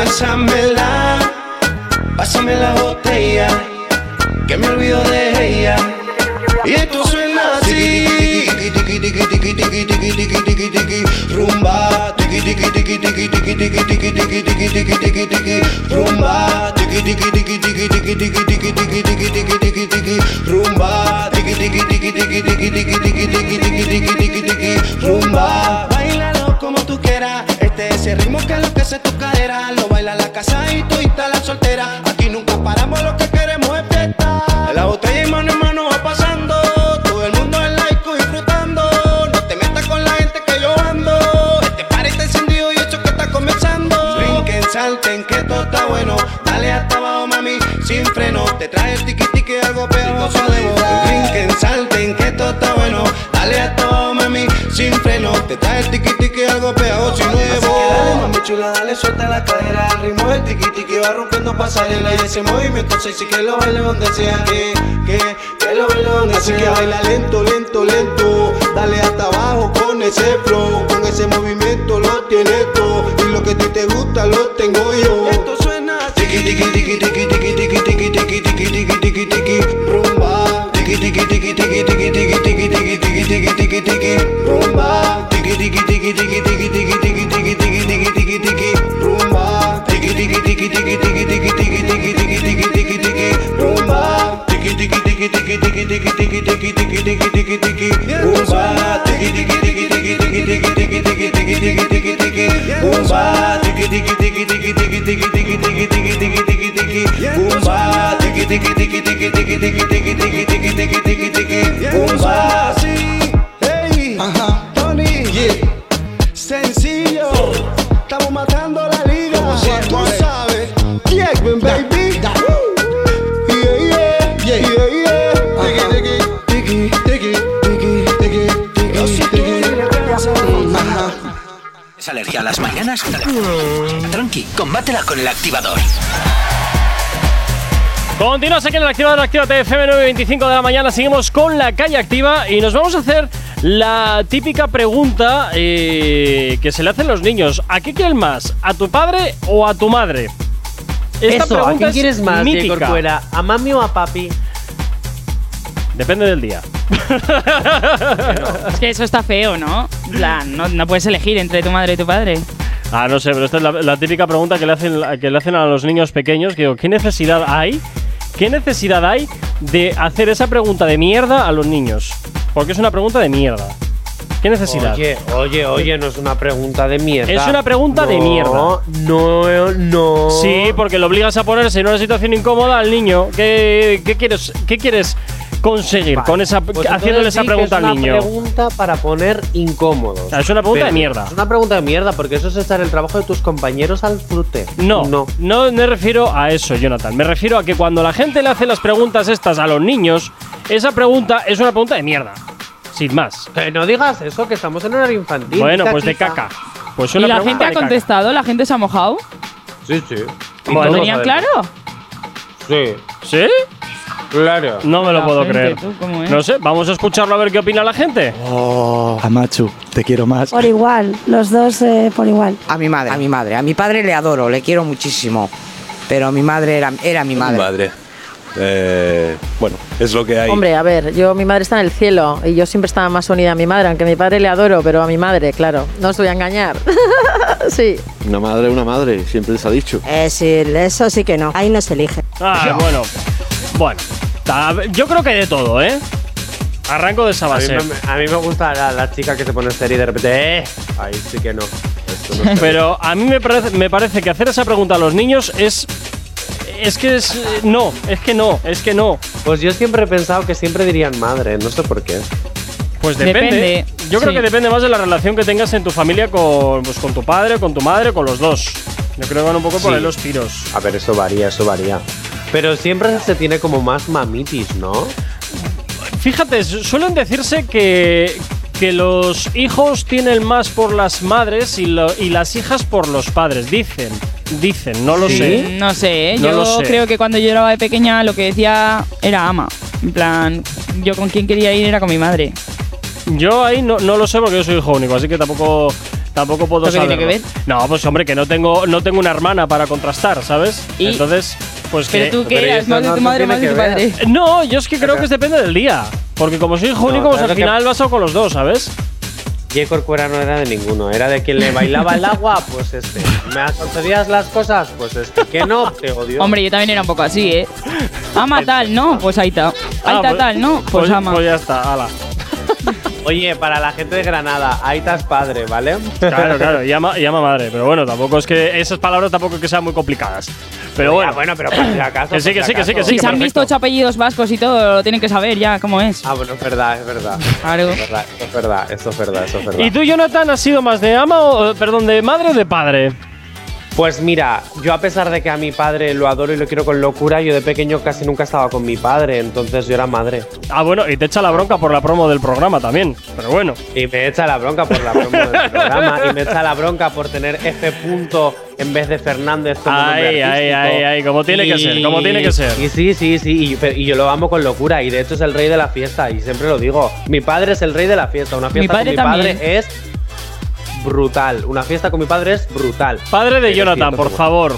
Pásame la botella, que me olvido de ella, y esto suena así. Tiki tiki tiki tiki tiki tiki tiki tiki rumba, tiki tiki tiki tiki tiki tiki tiki tiki tiki tiki tiki tiki rumba, tiki tiki tiki tiki tiki tiki tiki tiki tiki tiki tiki tiki rumba, tiki tiki tiki tiki tiki tiki tiki tiki tiki tiki tiki tiki rumba. Báilalo como tú quieras, ese ritmo que enloquece tu cadera, lo baila la casadito y está la soltera. Aquí nunca paramos, lo que queremos es fiesta. La botella y mano en mano va pasando, todo el mundo en laico disfrutando. No te metas con la gente que yo ando, este party está encendido y esto que está comenzando. Brinquen, salten, que todo está bueno, dale hasta abajo mami, sin freno. Te trae el tiki tiki algo pegajoso de voz. Brinquen, salten, que todo está bueno, dale hasta abajo mami, sin freno. Te trae el tiki tiki algo pegajoso y nuevo. Así que dale mami chula, dale suelta la cadera, el ritmo del tiki tiki va rompiendo pasarela. Y ese movimiento sexy que lo baile donde sea, que lo baile donde sea. Así que baila lento, lento, lento, dale hasta abajo con ese flow, con ese movimiento lo tienes todo, y lo que a ti te gusta lo tengo yo. Esto suena tiki tiki tiki tiki tiki tiki tiki tiki tiki tiki tiki tiki rumba, tiki tiki tiki tiki tiki tiki tiki tiki tiki tiki tiki tiki rumba, tiki tiki tiki tiki tiki tiki tiki tiki tiki tiki tiki tiki rumba, tiki tiki tiki tiki tiki tiki tiki tiki tiki tiki tiki tiki rumba, tiki tiki tiki tiki tiki tiki tiki tiki tiki tiki tiki tiki rumba, tiki tiki tiki tiki tiki tiki tiki tiki tiki tiki tiki rumba, tiki tiki tiki tiki tiki tiki tiki tiki tiki tiki tiki tiki rumba, tiki tiki tiki tiki tiki tiki tiki tiki tiki tiki tiki tiki rumba. Hey, Tony, sencillo, estamos matando la liga, tú sabes, Jackman baby, yeah, yeah, yeah, yeah, tiki tiki tiki tiki tiki tiki tiki. ¿Es alergia a las mañanas? Tranqui, combátela con el activador. Continúas aquí en el activador, Actívate FM, 9:25 de la mañana. Seguimos con la calle activa y nos vamos a hacer la típica pregunta que se le hacen los niños. ¿A qué quieren más? ¿A tu padre o a tu madre? Esta Eso, pregunta ¿a quién quieres más, mítica. Diego Corcuera? ¿A mami o a papi? Depende del día. Es que eso está feo, ¿no? En plan, no puedes elegir entre tu madre y tu padre. Ah, no sé, pero esta es la típica pregunta que le hacen a los niños pequeños. Que digo, ¿qué necesidad hay? ¿Qué necesidad hay de hacer esa pregunta de mierda a los niños? Porque es una pregunta de mierda. ¿Qué necesidad? Oye, no es una pregunta de mierda. Es una pregunta de mierda. No. Sí, porque lo obligas a ponerse en una situación incómoda al niño. ¿Qué quieres conseguir con esa, pues haciéndole esa pregunta al niño? Es una pregunta para poner incómodos. Es una pregunta de mierda. Es una pregunta de mierda porque eso es echar el trabajo de tus compañeros al frute. No me refiero a eso, Jonathan. Me refiero a que cuando la gente le hace las preguntas estas a los niños, esa pregunta es una pregunta de mierda. Sin más. No digas eso, que estamos en horario infantil. Bueno, pues de caca. Pues una ¿Y la gente ha contestado? ¿La gente se ha mojado? Sí. ¿Lo tenían claro? Sí. ¿Sí? Claro. No me lo puedo creer. ¿Tú cómo es? No sé, vamos a escucharlo a ver qué opina la gente. Amachu, te quiero más. Por igual, los dos por igual. A mi madre. A mi padre le adoro, le quiero muchísimo. Pero mi madre era mi madre. Madre. Bueno, es lo que hay. Hombre, a ver, mi madre está en el cielo y yo siempre estaba más unida a mi madre, aunque a mi padre le adoro, pero a mi madre, claro, no os voy a engañar. Sí. Una madre, siempre les ha dicho. Sí, eso sí que no, ahí no se elige. Bueno, yo creo que hay de todo, ¿eh? Arranco de esa base. A mí me gusta la chica que se pone seria y de repente, ahí sí que no. Esto no pero a mí me parece que hacer esa pregunta a los niños es que no. Pues yo siempre he pensado que siempre dirían madre, no sé por qué. Pues depende. Yo creo que depende más de la relación que tengas en tu familia con tu padre, con tu madre, con los dos. Yo creo que van un poco por ahí los tiros. A ver, eso varía. Pero siempre se tiene como más mamitis, ¿no? Fíjate, suelen decirse que los hijos tienen más por las madres y las hijas por los padres. Dicen, no lo sé. No sé, No yo lo sé. creo que cuando yo era de pequeña lo que decía era ama. En plan, yo con quien quería ir era con mi madre. Yo ahí no lo sé porque yo soy hijo único, así que tampoco puedo ¿Qué tiene saberlo. que ver? No, pues hombre, que no tengo una hermana para contrastar, ¿sabes? ¿Y? Entonces, pues ¿Pero que… tú qué eras? ¿Más de tu madre o más de tu padre? No, yo es que creo que depende del día. Porque como soy hijo único, pues al final vas con los dos, ¿sabes? J. Corcuera no era de ninguno, era de quien le bailaba el agua, pues este. ¿Me concedías las cosas? Pues este. ¿Que no? Te odio. Hombre, yo también era un poco así, ¿eh? Ama tal, ¿no? Pues ahí está. Ahí está pues- tal, ¿no? Pues ama. Pues ya está, ala. Oye, para la gente de Granada, Aita es padre, ¿vale? Claro, llama madre. Pero bueno, tampoco es que esas palabras tampoco es que sean muy complicadas. Pero bueno. Bueno, pero por si acaso. Que sí, que sí, que sí, que sí. Si se han visto 8 apellidos vascos y todo, lo tienen que saber ya cómo es. Ah, bueno, es verdad. Claro. Eso es verdad. ¿Y tú, Jonathan, has sido más de de madre o de padre? Pues mira, yo a pesar de que a mi padre lo adoro y lo quiero con locura, yo de pequeño casi nunca estaba con mi padre, entonces yo era madre. Ah, bueno, y te echa la bronca por la promo del programa también, pero bueno. Y me echa la bronca por la promo del programa, y me echa la bronca por tener F. en vez de Fernández como nombre artístico. Ay, como tiene que ser, como tiene que ser. Y sí, y yo lo amo con locura, y de hecho es el rey de la fiesta, y siempre lo digo. Mi padre es el rey de la fiesta, una fiesta con mi padre es brutal. Una fiesta con mi padre es brutal. Padre de Jonathan, por favor.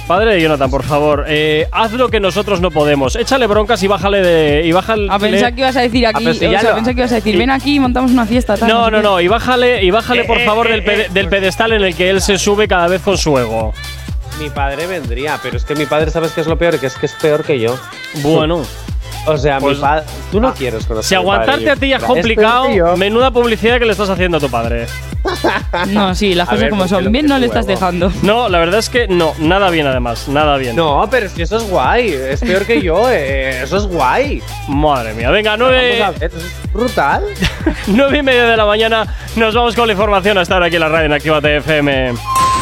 Haz lo que nosotros no podemos. Échale broncas y bájale. A pensar que ibas a decir aquí. O sea, pensar que ibas a decir, ven aquí y montamos una fiesta. Tal, No. Y bájale por favor del pedestal en el que él se sube cada vez con su ego. Mi padre vendría, pero es que mi padre, ¿sabes qué es lo peor? Que es peor que yo. Bueno. O sea, pues, mi padre. Tú no quieres conocer. Si aguantarte a ti ya es complicado, menuda publicidad que le estás haciendo a tu padre. No, sí, las cosas como son. Bien no le estás dejando. No, la verdad es que no, nada bien además, nada bien. No, pero es que eso es guay, es peor que yo, eso es guay. Madre mía, venga, 9. Vamos a ver, eso es brutal. 9:30 de la mañana, nos vamos con la información a estar aquí en la radio en Actívate FM.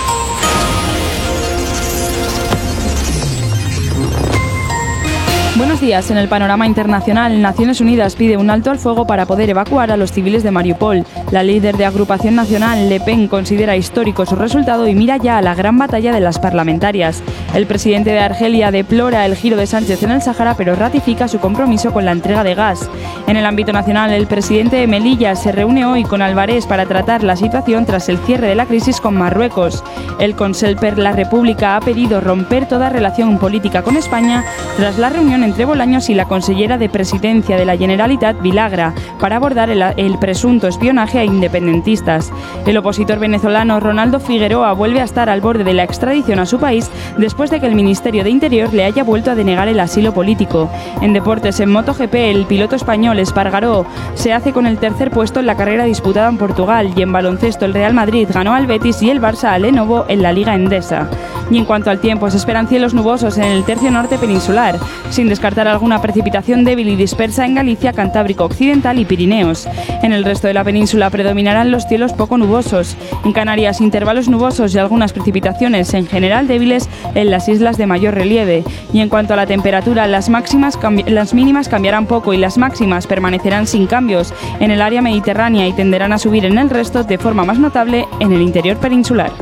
Buenos días. En el panorama internacional, Naciones Unidas pide un alto al fuego para poder evacuar a los civiles de Mariupol. La líder de Agrupación Nacional, Le Pen, considera histórico su resultado y mira ya a la gran batalla de las parlamentarias. El presidente de Argelia deplora el giro de Sánchez en el Sáhara, pero ratifica su compromiso con la entrega de gas. En el ámbito nacional, el presidente de Melilla se reúne hoy con Alvarez para tratar la situación tras el cierre de la crisis con Marruecos. El Consell per la República ha pedido romper toda relación política con España tras la reunión entre Bolaños y la consellera de Presidencia de la Generalitat, Vilagra, para abordar el presunto espionaje a independentistas. El opositor venezolano Ronaldo Figueroa vuelve a estar al borde de la extradición a su país después de que el Ministerio de Interior le haya vuelto a denegar el asilo político. En deportes, en MotoGP, el piloto español Espargaró se hace con el tercer puesto en la carrera disputada en Portugal, y en baloncesto el Real Madrid ganó al Betis y el Barça a Lenovo en la Liga Endesa. Y en cuanto al tiempo, se esperan cielos nubosos en el tercio norte peninsular, sin descartar alguna precipitación débil y dispersa en Galicia, Cantábrico Occidental y Pirineos. En el resto de la península predominarán los cielos poco nubosos. En Canarias, intervalos nubosos y algunas precipitaciones, en general débiles, en las islas de mayor relieve. Y en cuanto a la temperatura, las mínimas cambiarán poco y las máximas permanecerán sin cambios en el área mediterránea y tenderán a subir en el resto, de forma más notable en el interior peninsular.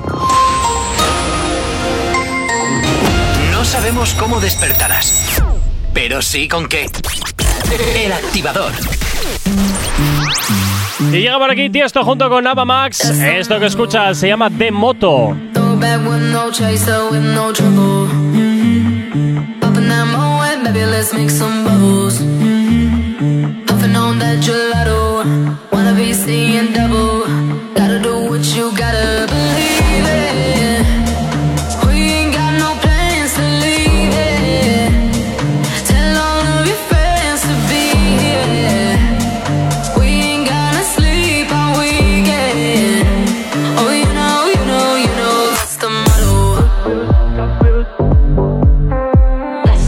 No sabemos cómo despertarás, pero sí con qué. El Activador. Y llega por aquí Tiesto junto con Ava Max. Esto que escuchas se llama The Moto.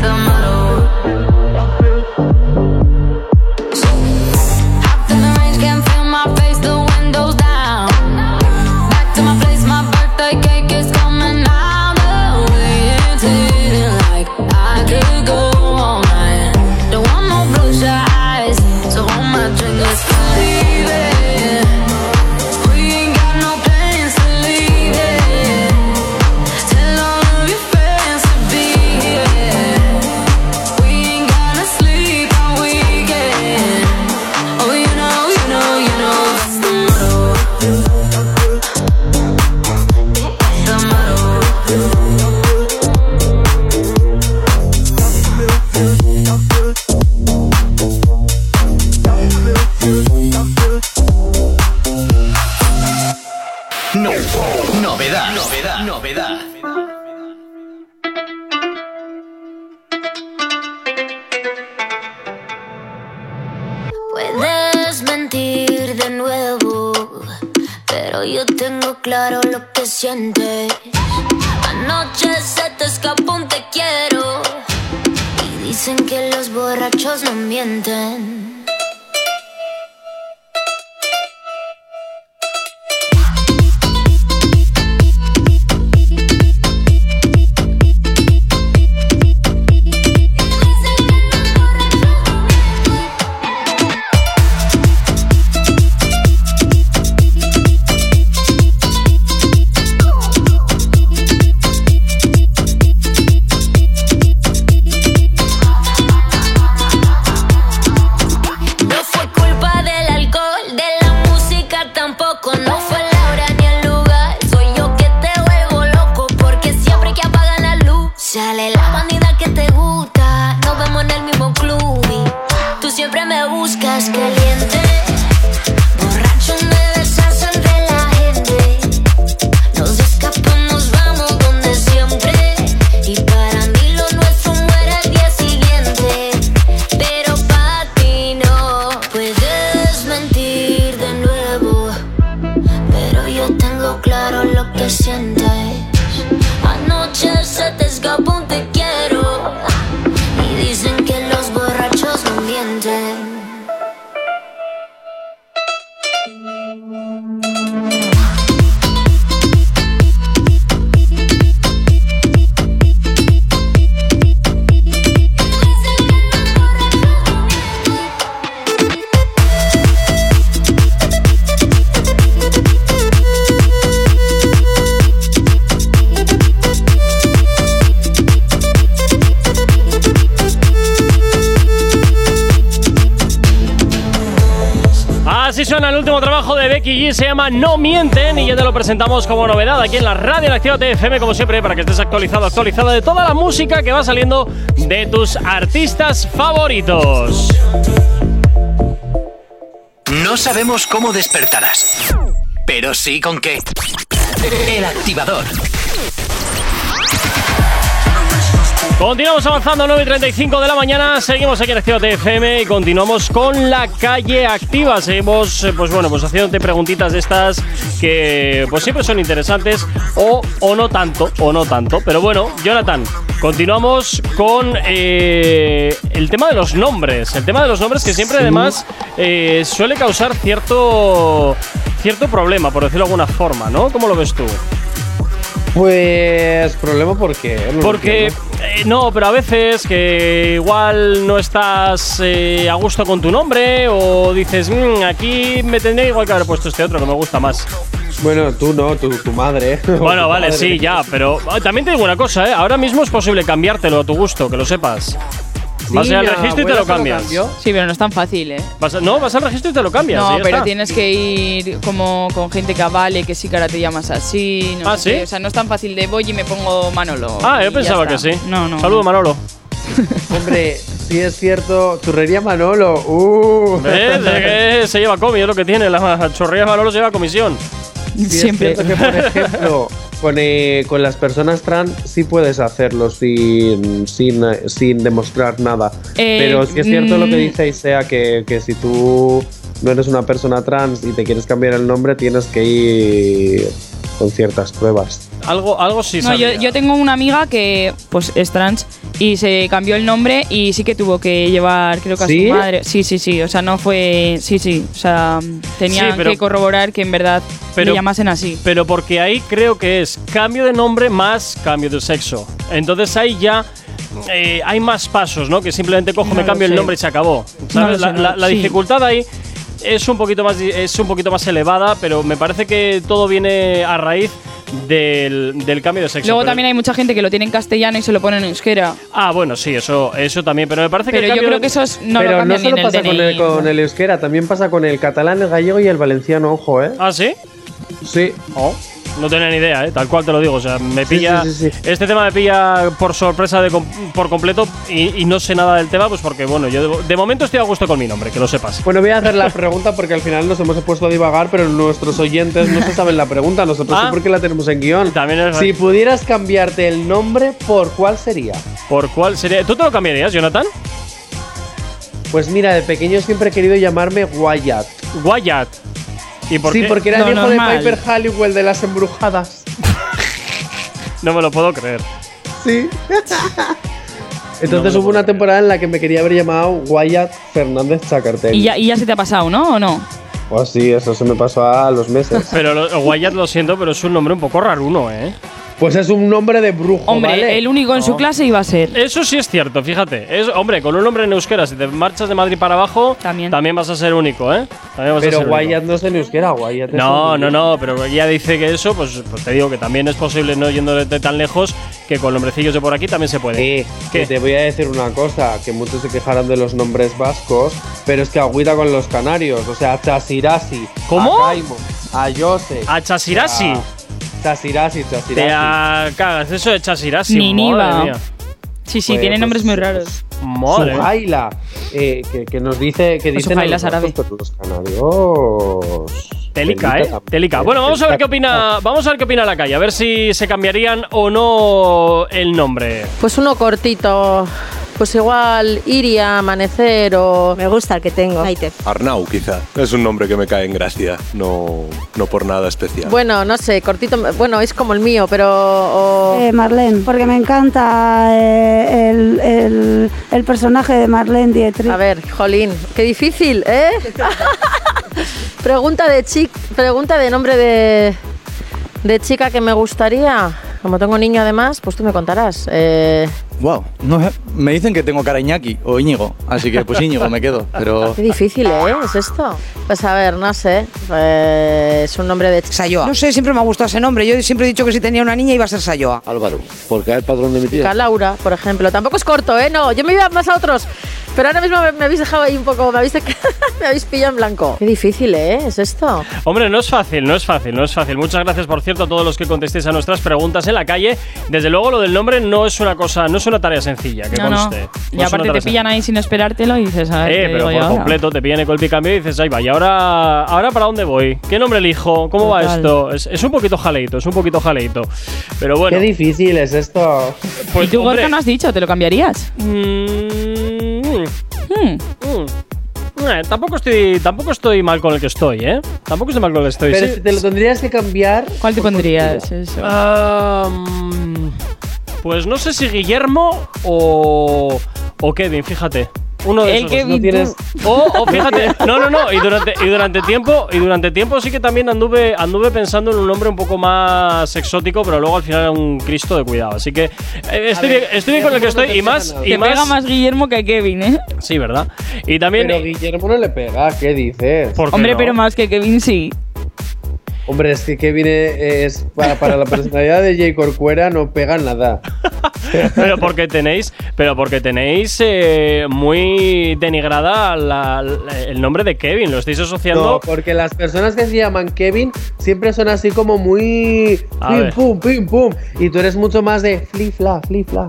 Can't pero yo tengo claro lo que sientes. Anoche se te escapó un te quiero y dicen que los borrachos no mienten. Sale la bandida que te gusta, nos vemos en el mismo club y tú siempre me buscas caliente. Borracho me besas entre la gente, nos escapamos, vamos donde siempre. Y para mí lo nuestro muere al día siguiente, pero para ti no puedes mentir de nuevo, pero yo tengo claro lo que sientes. Anoche se te escapó un te quiero y dicen que los borrachos no mienten. Así suena el último trabajo de Becky G, se llama No Mienten y ya te lo presentamos como novedad aquí en la radio en Actívate FM, como siempre, para que estés actualizada de toda la música que va saliendo de tus artistas favoritos. No sabemos cómo despertarás, pero sí con qué. El Activador. Continuamos avanzando, 9:35 de la mañana. Seguimos aquí en Actívate FM y continuamos con la calle activa. Seguimos, pues haciéndote preguntitas de estas que pues siempre son interesantes o no tanto. Pero bueno, Jonathan, continuamos con el tema de los nombres. El tema de los nombres que siempre además suele causar cierto problema, por decirlo de alguna forma, ¿no? ¿Cómo lo ves tú? Pues problema porque no, pero a veces que igual no estás a gusto con tu nombre o dices aquí me tendría igual que haber puesto este otro que me gusta más. Bueno, tú no, tu madre. Bueno, vale, madre. Sí, ya, pero también te digo una cosa, ahora mismo es posible cambiártelo a tu gusto, que lo sepas. Vas al registro y te lo cambias. Sí, pero no es tan fácil, ¿eh? Vas al registro y te lo cambias. No, y ya pero está. tienes que ir como con gente que avale que sí que ahora te llamas así. No sé ¿sí? qué. O sea, no es tan fácil de voy y me pongo Manolo. Yo pensaba que sí. No. Saludo, Manolo. Hombre, sí es cierto, churrería Manolo. ¿Ves? Que se lleva comi, es lo que tiene. La chorrería Manolo se lleva comisión. Sí, siempre. Es cierto que, por ejemplo, con las personas trans sí puedes hacerlo sin demostrar nada. Pero sí es cierto lo que dice Isea, que si tú no eres una persona trans y te quieres cambiar el nombre, tienes que ir con ciertas pruebas. Algo sí no, sabía. yo tengo una amiga que pues es trans y se cambió el nombre y sí que tuvo que llevar, creo que a su madre. Sí, o sea, no fue… Sí, o sea, tenía que corroborar que en verdad le llamasen así. Pero porque ahí creo que es cambio de nombre más cambio de sexo. Entonces ahí ya… hay más pasos, ¿no? Que simplemente me cambio el nombre y se acabó. ¿Sabes? La dificultad ahí es un poquito más elevada, pero me parece que todo viene a raíz del cambio de sexo. Luego también hay mucha gente que lo tiene en castellano y se lo pone en euskera. Bueno, sí, eso también, pero me parece que yo creo que eso no lo cambian ni en el DNI. Pero no solo pasa con el euskera, también pasa con el catalán, el gallego y el valenciano, ojo, ¿eh? ¿Ah, sí? Sí. No tenía ni idea, tal cual te lo digo. O sea, me pilla. Sí. Este tema me pilla por sorpresa por completo y no sé nada del tema, pues porque, bueno, yo de momento estoy a gusto con mi nombre, que lo sepas. Bueno, voy a hacer la pregunta porque al final nos hemos puesto a divagar, pero nuestros oyentes no se saben la pregunta. Nosotros sí porque la tenemos en guión. También si pudieras cambiarte el nombre, ¿por cuál sería? ¿Por cuál sería? ¿Tú te lo cambiarías, Jonathan? Pues mira, de pequeño siempre he querido llamarme Wyatt. Wyatt. ¿Y por sí, qué? porque era el hijo normal. de Piper Halliwell de Las Embrujadas. No me lo puedo creer. Sí. Entonces hubo una temporada en la que me quería haber llamado Wyatt Fernández Chacartegui. Y ya se te ha pasado, ¿no? ¿O no? Oh, sí, eso se me pasó a los meses. Pero Wyatt, lo siento, pero es un nombre un poco raruno, ¿eh? Pues es un nombre de brujo, Hombre, ¿vale? el único en su clase iba a ser. Eso sí es cierto, fíjate. Hombre, con un nombre en euskera, si te marchas de Madrid para abajo, también vas a ser único, ¿eh? También vas a Pero ser Wyatt único. no es en euskera, Wyatt es No, pero ella dice que eso, pues te digo que también es posible, no yéndote tan lejos, que con nombrecillos de por aquí también se puede. Que te voy a decir una cosa, que muchos se quejarán de los nombres vascos, pero es que agüita con los canarios, o sea, Chasirasi. ¿Cómo? A Caimo, a Jose. A Chasirasi. Chasirasi. Te cagas, eso de Chasirasi. Niniva. Madre mía. Sí, tiene nombres muy raros. Madre. Suhaila, que nos dice que dicen Suhaila es árabe. los canarios. Télica. Bueno, vamos a ver qué opina. Vamos a ver qué opina la calle, a ver si se cambiarían o no el nombre. Pues uno cortito. Pues igual Iria, Amanecer o… Me gusta el que tengo. Arnau, quizá. Es un nombre que me cae en gracia, no por nada especial. Bueno, no sé, cortito… Bueno, es como el mío, pero… Marlene, porque me encanta el personaje de Marlene Dietrich. A ver, jolín, qué difícil, ¿eh? Pregunta de nombre de chica que me gustaría. Como tengo niño además, pues tú me contarás. Wow, me dicen que tengo cara Iñaki o Íñigo, así que pues Íñigo me quedo, pero… Qué difícil, ¿eh? ¿Es esto? Pues a ver, no sé. Es un nombre de… Sayoa. No sé, siempre me ha gustado ese nombre. Yo siempre he dicho que si tenía una niña iba a ser Sayoa. Álvaro, porque es el padrón de mi tía. Laura, por ejemplo. Tampoco es corto, ¿eh? No, yo me iba más a otros. Pero ahora mismo me habéis dejado ahí un poco… Me habéis pillado en blanco. Qué difícil, ¿eh? ¿Es esto? Hombre, no es fácil. Muchas gracias, por cierto, a todos los que contestéis a nuestras preguntas en la calle. Desde luego, lo del nombre no es una tarea sencilla, que conste. Y aparte te pillan ahí sin esperártelo y dices, a ver, ¿qué pero digo por yo completo, ahora? te pillan el golpe y cambio y dices, ahí va, ¿y ahora para dónde voy? ¿Qué nombre elijo? ¿Cómo va esto? Es un poquito jaleito, Pero bueno. Qué difícil es esto. Pues, ¿Y tú, Gorka, no has dicho? ¿Te lo cambiarías? Tampoco estoy mal con el que estoy, ¿eh? Tampoco estoy mal con el que estoy. Pero sí. si te lo tendrías que cambiar… ¿Cuál te pondrías? Eso. Pues no sé si Guillermo o Kevin, fíjate. Uno de El esos. Kevin, No tienes… O fíjate, no. Y durante tiempo sí que también anduve pensando en un nombre un poco más exótico, pero luego al final era un Cristo de cuidado. Así que estoy bien con el que estoy y más. Te pega más Guillermo que Kevin, ¿eh? Sí, ¿verdad? Y también. Pero Guillermo no le pega, ¿qué dices? Hombre, pero más que Kevin sí. Hombre, es que Kevin es para la personalidad de Jay Corcuera no pega nada. Pero porque tenéis muy denigrada el nombre de Kevin, lo estáis asociando. No, porque las personas que se llaman Kevin siempre son así como muy pim pum. Y tú eres mucho más de flip-fla.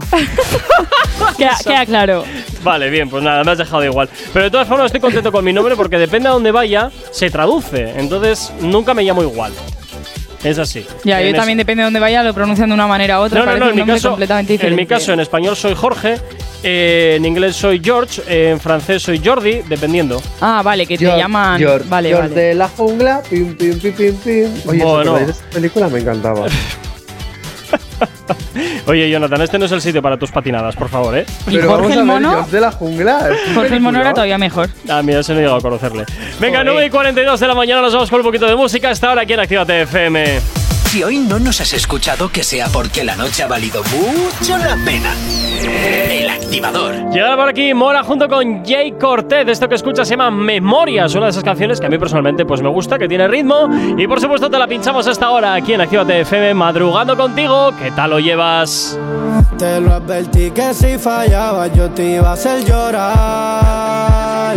Queda claro. Vale, bien, pues nada, me has dejado igual. Pero de todas formas estoy contento con mi nombre porque depende a dónde vaya, se traduce. Entonces nunca me llamo igual. Es así. Ya, yo también depende de dónde vaya, lo pronuncian de una manera u otra. No, en mi caso, completamente diferente. en mi caso, en español soy Jorge, en inglés soy George, en francés soy Jordi, dependiendo. Ah, vale, que te llaman… George, vale. George de la jungla, pim. Oye, Bueno. esa película me encantaba. Oye, Jonathan, este no es el sitio para tus patinadas, por favor, ¿eh? ¿Y Jorge el mono? George de la jungla. Jorge el mono era todavía mejor. Ah, mira, ese no he llegado a conocerle. Venga, 9:42 de la mañana, nos vamos con un poquito de música. Hasta ahora aquí en Actívate FM. Si hoy no nos has escuchado, que sea porque la noche ha valido mucho la pena. El Activador. Llega por aquí Mora junto con Jay Cortez. Esto que escuchas se llama Memorias, una de esas canciones que a mí personalmente pues me gusta, que tiene ritmo. Y por supuesto te la pinchamos hasta ahora aquí en Actívate FM, madrugando contigo. ¿Qué tal lo llevas? Te lo advertí que si fallaba yo te iba a hacer llorar.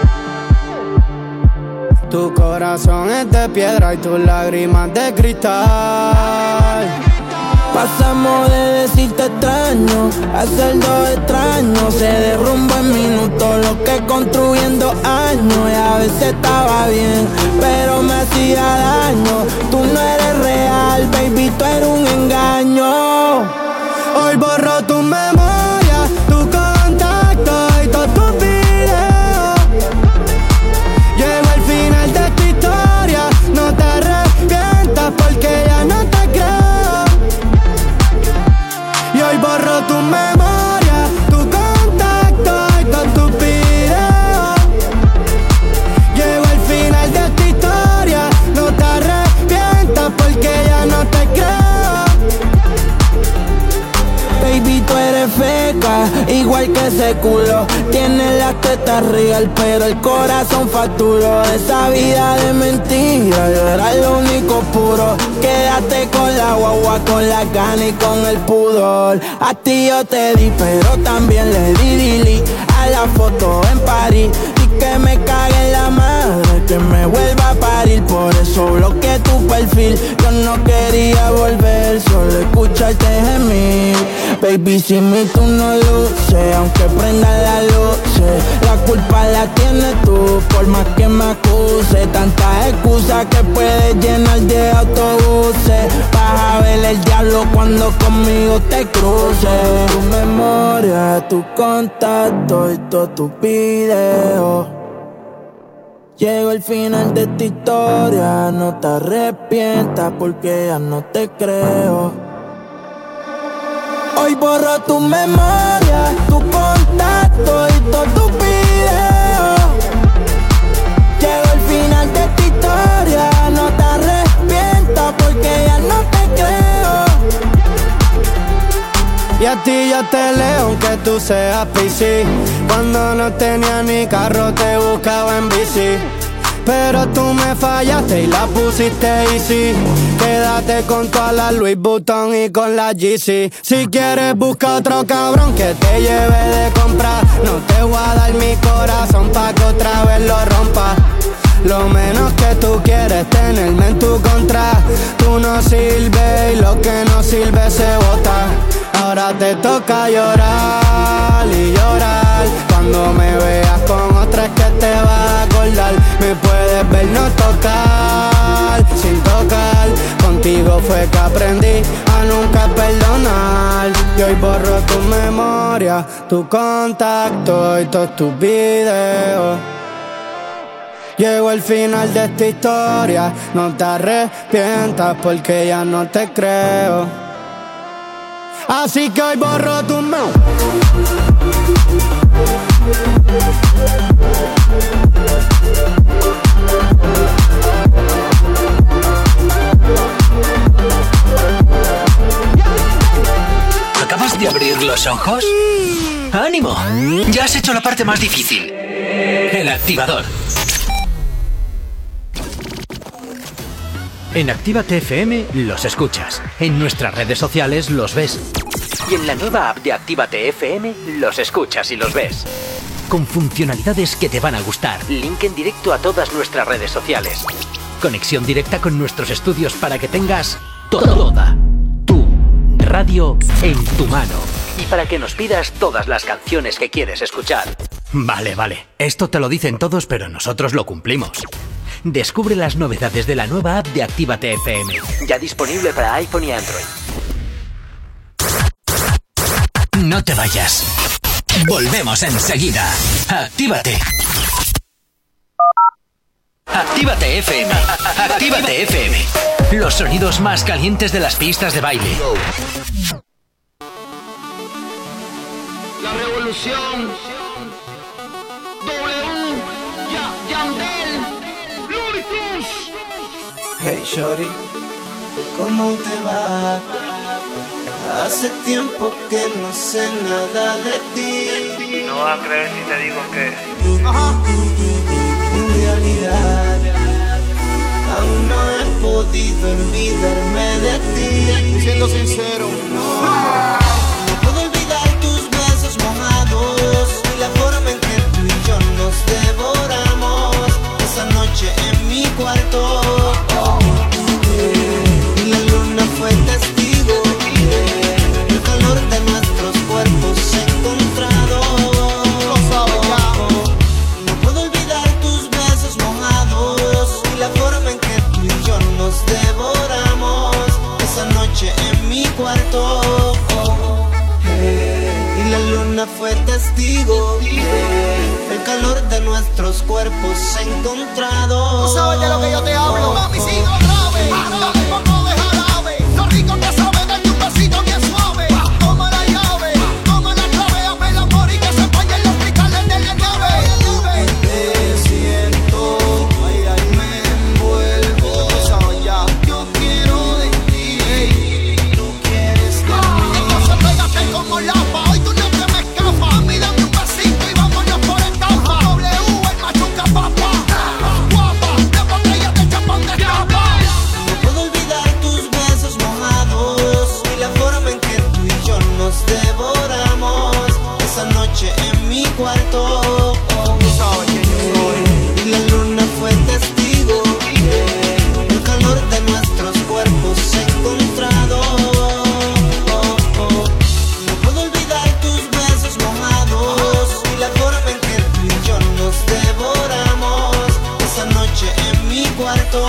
Tu corazón es de piedra y tus lágrimas de cristal. Pasamos de decirte extraño a ser dos extraños. Se derrumba en minutos lo que construyendo años. Y a veces estaba bien, pero me hacía daño. Tú no eres real, baby, tú eres un engaño. Hoy borro tu memoria, tu contacto y todos tus videos. Llego al final de tu historia, no borro tu memoria, tu contacto y todos tus videos. Llego al final de esta historia, no te arrepientas porque ya no te creo. Baby, tú eres feca, igual que ese culo. Tienes las tetas real, pero el corazón facturó. Esa vida de mentira, yo era lo único puro. Quédate con la guagua, con la gana y con el pudor. A ti yo te di, pero también le di delete a la foto en París. Y que me cague en la madre, que me vuelva a parir. Por eso bloqueé tu perfil. Yo no quería volver, solo escucharte gemir. Baby, sin mí tú no luces, aunque prenda la luz, la culpa la tienes tú, por más que me acuse. Tantas excusas que puedes llenar de autobuses. Vas a ver el diablo cuando conmigo te cruces. Tu memoria, tu contacto y todos tus videos. Llego al final de esta historia, no te arrepientas porque ya no te creo. Hoy borro tu memoria, tu contacto y todos tus videos. Llego al final de esta historia, no te arrepientas porque ya no te creo. Y a ti yo te leo aunque tú seas PC. Cuando no tenía ni carro te buscaba en bici. Pero tú me fallaste y la pusiste easy. Quédate con toda la Louis Vuitton y con la GC. Si quieres busca otro cabrón que te lleve de comprar. No te voy a dar mi corazón pa' que otra vez lo rompa. Lo menos que tú quieres tenerme en tu contra. Tú no sirves y lo que no sirve se bota. Ahora te toca llorar y llorar. Cuando me veas con otra es que te vas a acordar. Me puedes ver no tocar, sin tocar. Contigo fue que aprendí a nunca perdonar. Y hoy borro tu memoria, tu contacto y todos tus videos. Llego al final de esta historia, no te arrepientas porque ya no te creo. Así que hoy borro tu memoria. ¿Acabas de abrir los ojos? ¡Ánimo! Ya has hecho la parte más difícil. El activador. En Actívate FM los escuchas. En nuestras redes sociales los ves. Y en la nueva app de Actívate FM los escuchas y los ves. Con funcionalidades que te van a gustar. Link en directo a todas nuestras redes sociales. Conexión directa con nuestros estudios para que tengas toda tu radio en tu mano. Y para que nos pidas todas las canciones que quieres escuchar. Vale. Esto te lo dicen todos, pero nosotros lo cumplimos. Descubre las novedades de la nueva app de Actívate FM. Ya disponible para iPhone y Android. No te vayas. Volvemos enseguida. Actívate. Actívate FM. Actívate FM. Los sonidos más calientes de las pistas de baile. La revolución. Yandel. Hey shorty, ¿cómo te va? Hace tiempo que no sé nada de ti. No vas a creer si te digo que en realidad aún no he podido olvidarme de ti. Siendo sincero, no puedo olvidar tus besos mojados y la forma en que tú y yo nos devoramos esa noche en mi cuarto. Y la luna fue testigo. El calor de nuestros cuerpos encontrados. No puedo olvidar tus besos mojados y la forma en que tú y yo nos devoramos esa noche en mi cuarto. Y la luna fue testigo. El calor de nuestros cuerpos encontrados. tú sabes de lo que yo te hablo. Mami, sigo grave, dame un poco de jarabe. Lo rico que sabe, darte un besito bien suave. Toma la llave. nos devoramos esa noche en mi cuarto. Y la luna fue testigo, el calor de nuestros cuerpos encontrados. No puedo olvidar tus besos mojados y la forma en que tú y yo nos devoramos esa noche en mi cuarto.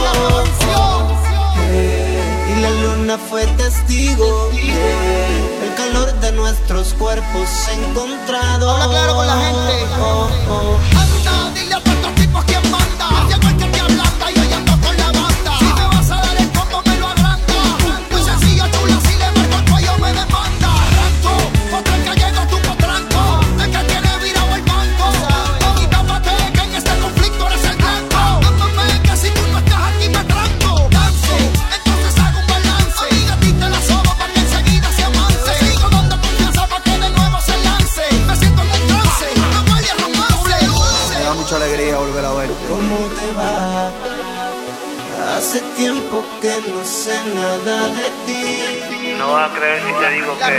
Y la luna fue testigo, el calor de nuestros cuerpos encontrados. Habla claro con la gente. Anda, dile a todos estos tipos quién manda. Llegó el que te ablanda y hoy ando con la banda. Si me vas a dar el combo me lo agranda. Muy sencillo, chula, si le marco el cuello me demanda. Arranco, otra que llego tu potranco. El que tiene virado el banco. Y tápate que en este conflicto eres el blanco. Dándome que si tú no estás aquí me tranco. Danzo, entonces hago un balance. Amiga, a ti te la sobo para que enseguida se avance. Sigo dando confianza para que de nuevo se lance. Me siento en un trance, no vaya a romance. Me da mucha alegría volver a verte. ¿Cómo te va? Hace tiempo que no sé nada de ti. No vas a creer si te digo que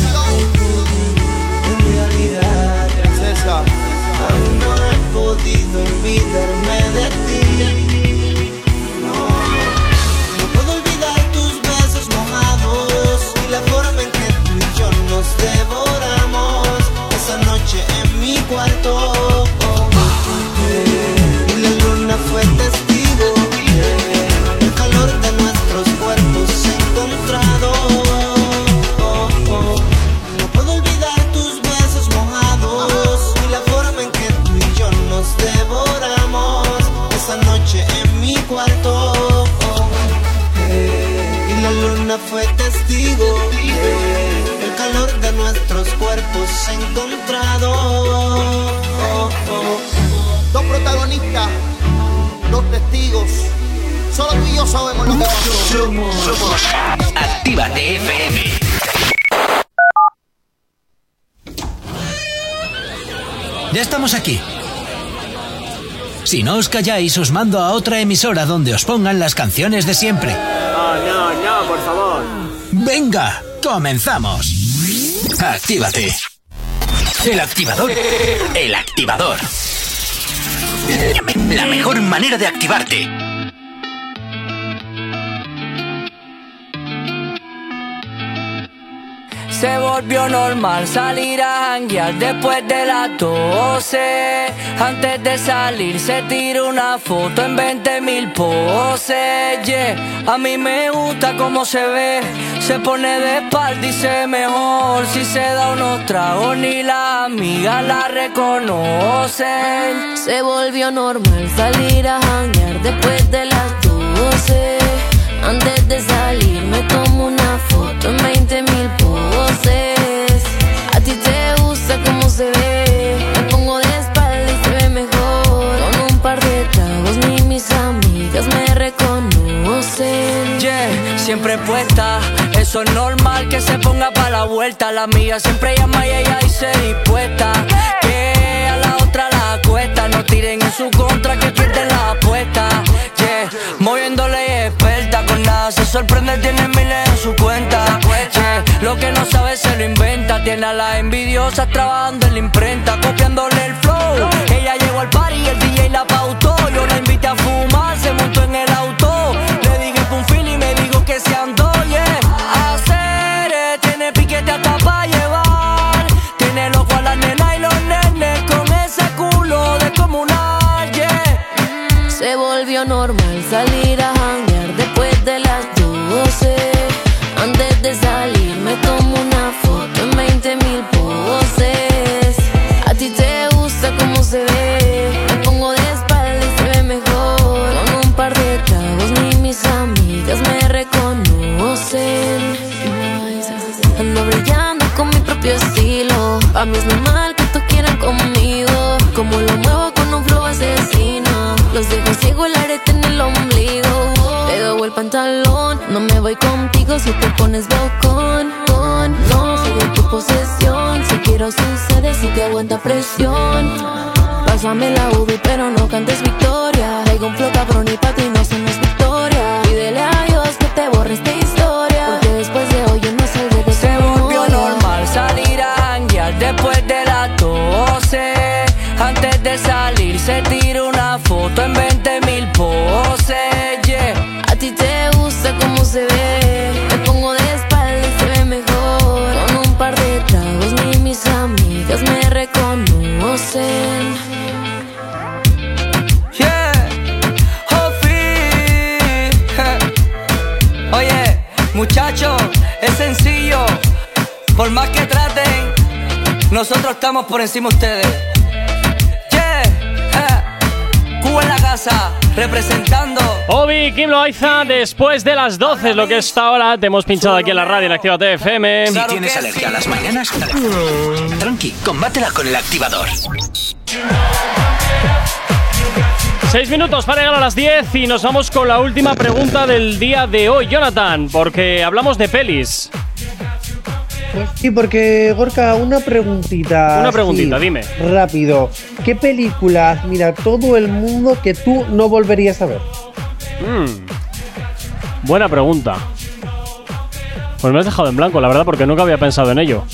En realidad, César, aún no he podido olvidarme de ti. No puedo olvidar tus besos mojados y la forma en que tú y yo nos devoramos esa noche en mi cuarto. Y la luna fue testigo, el calor de nuestros cuerpos encontrados. No puedo olvidar tus besos mojados y la forma en que tú y yo nos devoramos esa noche en mi cuarto. Y la luna fue testigo, el calor de nuestros cuerpos encontrados. Dos protagonistas, dos testigos. Solo tú y yo sabemos lo que pasó. Somos Actívate FM. Ya estamos aquí. Si no os calláis, os mando a otra emisora donde os pongan las canciones de siempre. No, por favor. ¡Venga! ¡Comenzamos! Actívate. El activador. El activador. La mejor manera de activarte. Se volvió normal salir a janguear después de las 12. Antes de salir se tira una foto en 20.000 poses, yeah. A mí me gusta cómo se ve, se pone de espalda y se ve mejor. Si se da unos tragos ni las amigas la reconocen. Se volvió normal salir a janguear después de las 12. Antes de salir me tomo una foto en 20.000 poses. A ti te gusta cómo se ve, me pongo de espalda y se ve mejor. Con un par de tragos ni mis amigas me reconocen. Yeah, siempre puesta, eso es normal que se ponga pa' la vuelta. La amiga siempre llama y ella dice dispuesta. Que a la otra la cuesta, no tiren en su contra que pierden la apuesta. Yeah, moviéndole experta, con nada se sorprende, tiene miles en su cuenta. Yeah, lo que no sabe se lo inventa, tiene a las envidiosas trabajando en la imprenta, copiándole el flow. Ella llegó al party y el DJ la pautó. Yo la invité a fumar, se montó en el auto. Le dije que un feel y me dijo que se andó, yeah. Hacer, tiene piquete hasta pa' llevar. Tiene loco a la nena y los nenes con ese culo descomunal, yeah. Se volvió normal salir a janguear después de las 12. Antes de salir me tomo una foto en 20.000 poses. A ti te gusta cómo se ve, me pongo de espalda y se ve mejor. Con un par de tragos ni mis amigas me reconocen. Ando brillando con mi propio estilo. A mí es normal que todos quieran conmigo. Como lo muevo con un flow asesino. Los dejo ciego, el arete en el ombligo. Te doy el pantalón, no me voy contigo si te pones bocón. No soy de tu posesión, si quiero sucede si te aguanta presión. Pásame la UV pero no cantes victoria. Traigo un flow cabrón y pa' ti no somos victoria. Pídele a Dios que te borre esta historia, porque después de hoy yo no saldré de Se volvió normal Por más que traten, nosotros estamos por encima de ustedes. Cuba en la casa, representando. Obi, Kim Loaiza, después de las 12 es lo que es ahora. Te hemos pinchado aquí en la radio en Actívate FM. Si tienes alergia a las mañanas, tranqui, combátela con el activador. 6 minutos para llegar a las 10 y nos vamos con la última pregunta del día de hoy, Jonathan, porque hablamos de pelis. Pues sí, porque, Gorka, una preguntita. Una preguntita, dime. Rápido. ¿Qué película admira todo el mundo que tú no volverías a ver? Buena pregunta. Pues me has dejado en blanco, la verdad, porque nunca había pensado en ello.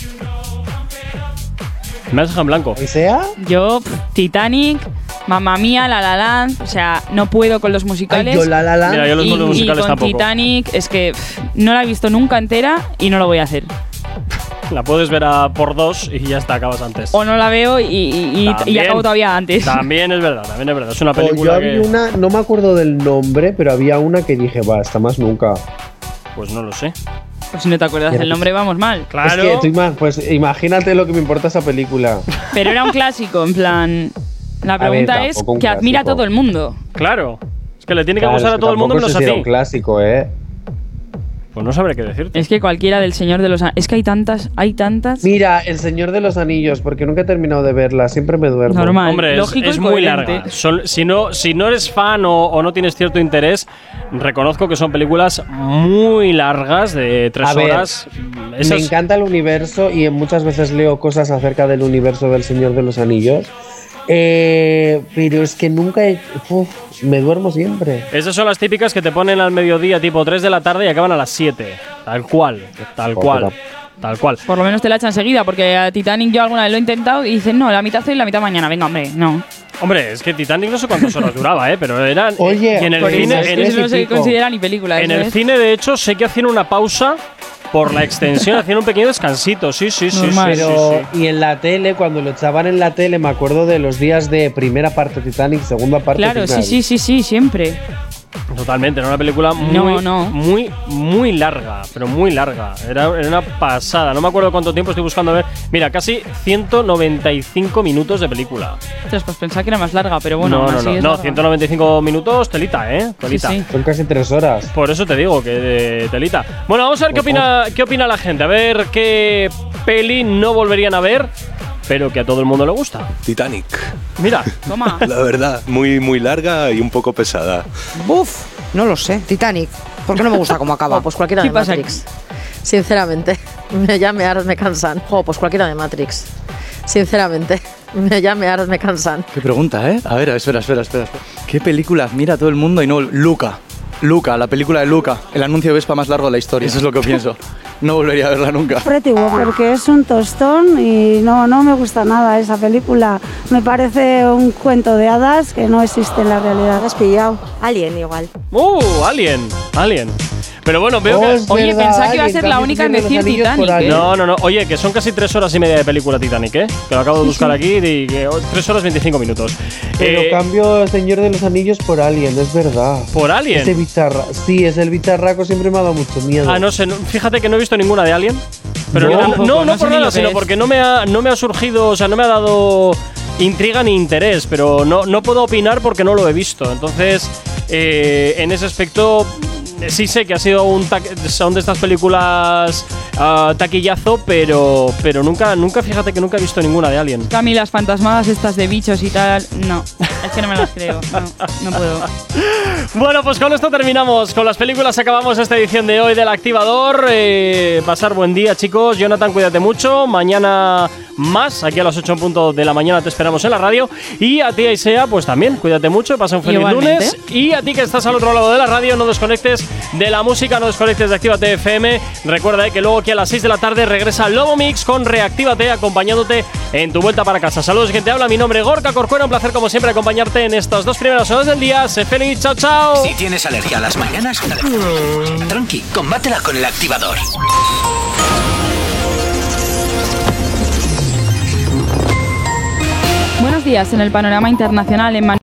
Me has dejado en blanco. ¿Y sea? Yo, Titanic, Mamma Mía, La La Land, o sea, no puedo con los musicales. Ay, yo La La Land. Mira, yo los musicales con tampoco. Titanic es que no la he visto nunca entera y no lo voy a hacer. La puedes ver a por 2 y ya está, acabas antes. O no la veo y acabo todavía antes. También es verdad, también es verdad. Es una Yo película había una, no me acuerdo del nombre, pero había una que dije, va, esta más nunca. Pues no lo sé. Pues si no te acuerdas del nombre, vamos mal. Claro. Es que pues imagínate lo que me importa esa película. Pero era un clásico, en plan. La pregunta es que admira a todo el mundo. Claro. Es que le tiene que gustar a todo el mundo menos a ti. Era un clásico, Pues no sabré qué decirte. Es que cualquiera del Señor de los Anillos. Es que hay tantas. Mira, El Señor de los Anillos, porque nunca he terminado de verla, siempre me duermo. Normal. Hombre, lógico es y muy coherente. larga. Si no eres fan o no tienes cierto interés, reconozco que son películas muy largas, de 3 horas. Me encanta el universo y muchas veces leo cosas acerca del universo del Señor de los Anillos. Pero es que nunca me duermo siempre. Esas son las típicas que te ponen al mediodía, tipo 3 de la tarde y acaban a las 7. Tal cual. Por lo menos te la echan enseguida, porque a Titanic yo alguna vez lo he intentado y dicen, no, la mitad hoy y la mitad mañana. Venga, hombre, no. Hombre, es que Titanic no sé cuántas horas duraba, pero eran. Oye, y en el por cine. eso no se considera ni película. En el cine, de hecho, sé que hacían una pausa por la extensión, hacían un pequeño descansito. Sí. Pero, y en la tele, cuando lo echaban en la tele, me acuerdo de los días de primera parte Titanic, segunda parte. Claro, final. sí, siempre. Totalmente, era una película muy larga, pero muy larga. Era una pasada. No me acuerdo cuánto tiempo estoy buscando ver. Mira, casi 195 minutos de película. Ostras, pues pensaba que era más larga, pero bueno. No, 195 minutos, telita, telita. Sí. Son casi 3 horas. Por eso te digo que telita. Bueno, vamos a ver qué opina la gente. A ver qué peli no volverían a ver, pero que a todo el mundo le gusta. Titanic. Mira, toma. La verdad, muy larga y un poco pesada. Buf, no lo sé. Titanic. ¿Por qué no me gusta cómo acaba? Pues cualquiera de Matrix. Sinceramente, me cansan. Pues cualquiera de Matrix. Sinceramente, me cansan. Qué pregunta, A ver, espera. ¿Qué película admira a todo el mundo y no Luca, la película de Luca, el anuncio de Vespa más largo de la historia. Eso es lo que pienso. No volvería a verla nunca. Pretty Woman, porque es un tostón y no me gusta nada esa película. Me parece un cuento de hadas que no existe en la realidad. Has pillado. Alien igual. Alien. Pero bueno, veo que. Oye, pensaba que iba a ser la única en decir Titanic. No. Oye, que son casi 3 horas y media de película Titanic, Que lo acabo de buscar aquí y que 3 horas 25 minutos. Pero cambio Señor de los Anillos por Alien, es verdad. ¿Por Alien? Ese bicharra. Sí, es el bicharraco, siempre me ha dado mucho miedo. No sé, fíjate que no he visto ninguna de Alien. Pero no por nada, sino porque no me ha surgido, o sea, no me ha dado intriga ni interés, pero no puedo opinar porque no lo he visto. Entonces, en ese aspecto, sí sé que ha sido son de estas películas taquillazo, pero nunca, fíjate que nunca he visto ninguna de Alien. A mí las fantasmadas estas de bichos y tal, no, es que no me las creo, no puedo. Bueno, pues con esto terminamos. Con las películas acabamos esta edición de hoy del Activador. Pasar buen día, chicos. Jonathan, cuídate mucho. Mañana más, aquí a las 8 en punto de la mañana te esperamos en la radio. Y a ti, Aisea, pues también, cuídate mucho. Pasa un feliz lunes. Y a ti que estás al otro lado de la radio, no desconectes de la música, no desconectes de Actívate FM. Recuerda que luego aquí a las 6 de la tarde regresa Lobo Mix con Reactívate, acompañándote en tu vuelta para casa. Saludos, quien te habla, mi nombre es Gorka Corcuera. Un placer como siempre acompañarte en estas 2 primeras horas del día. Sé feliz, chao, chao. Si tienes alergia a las mañanas, tranqui, combátela con el activador. Buenos días. En el panorama internacional, en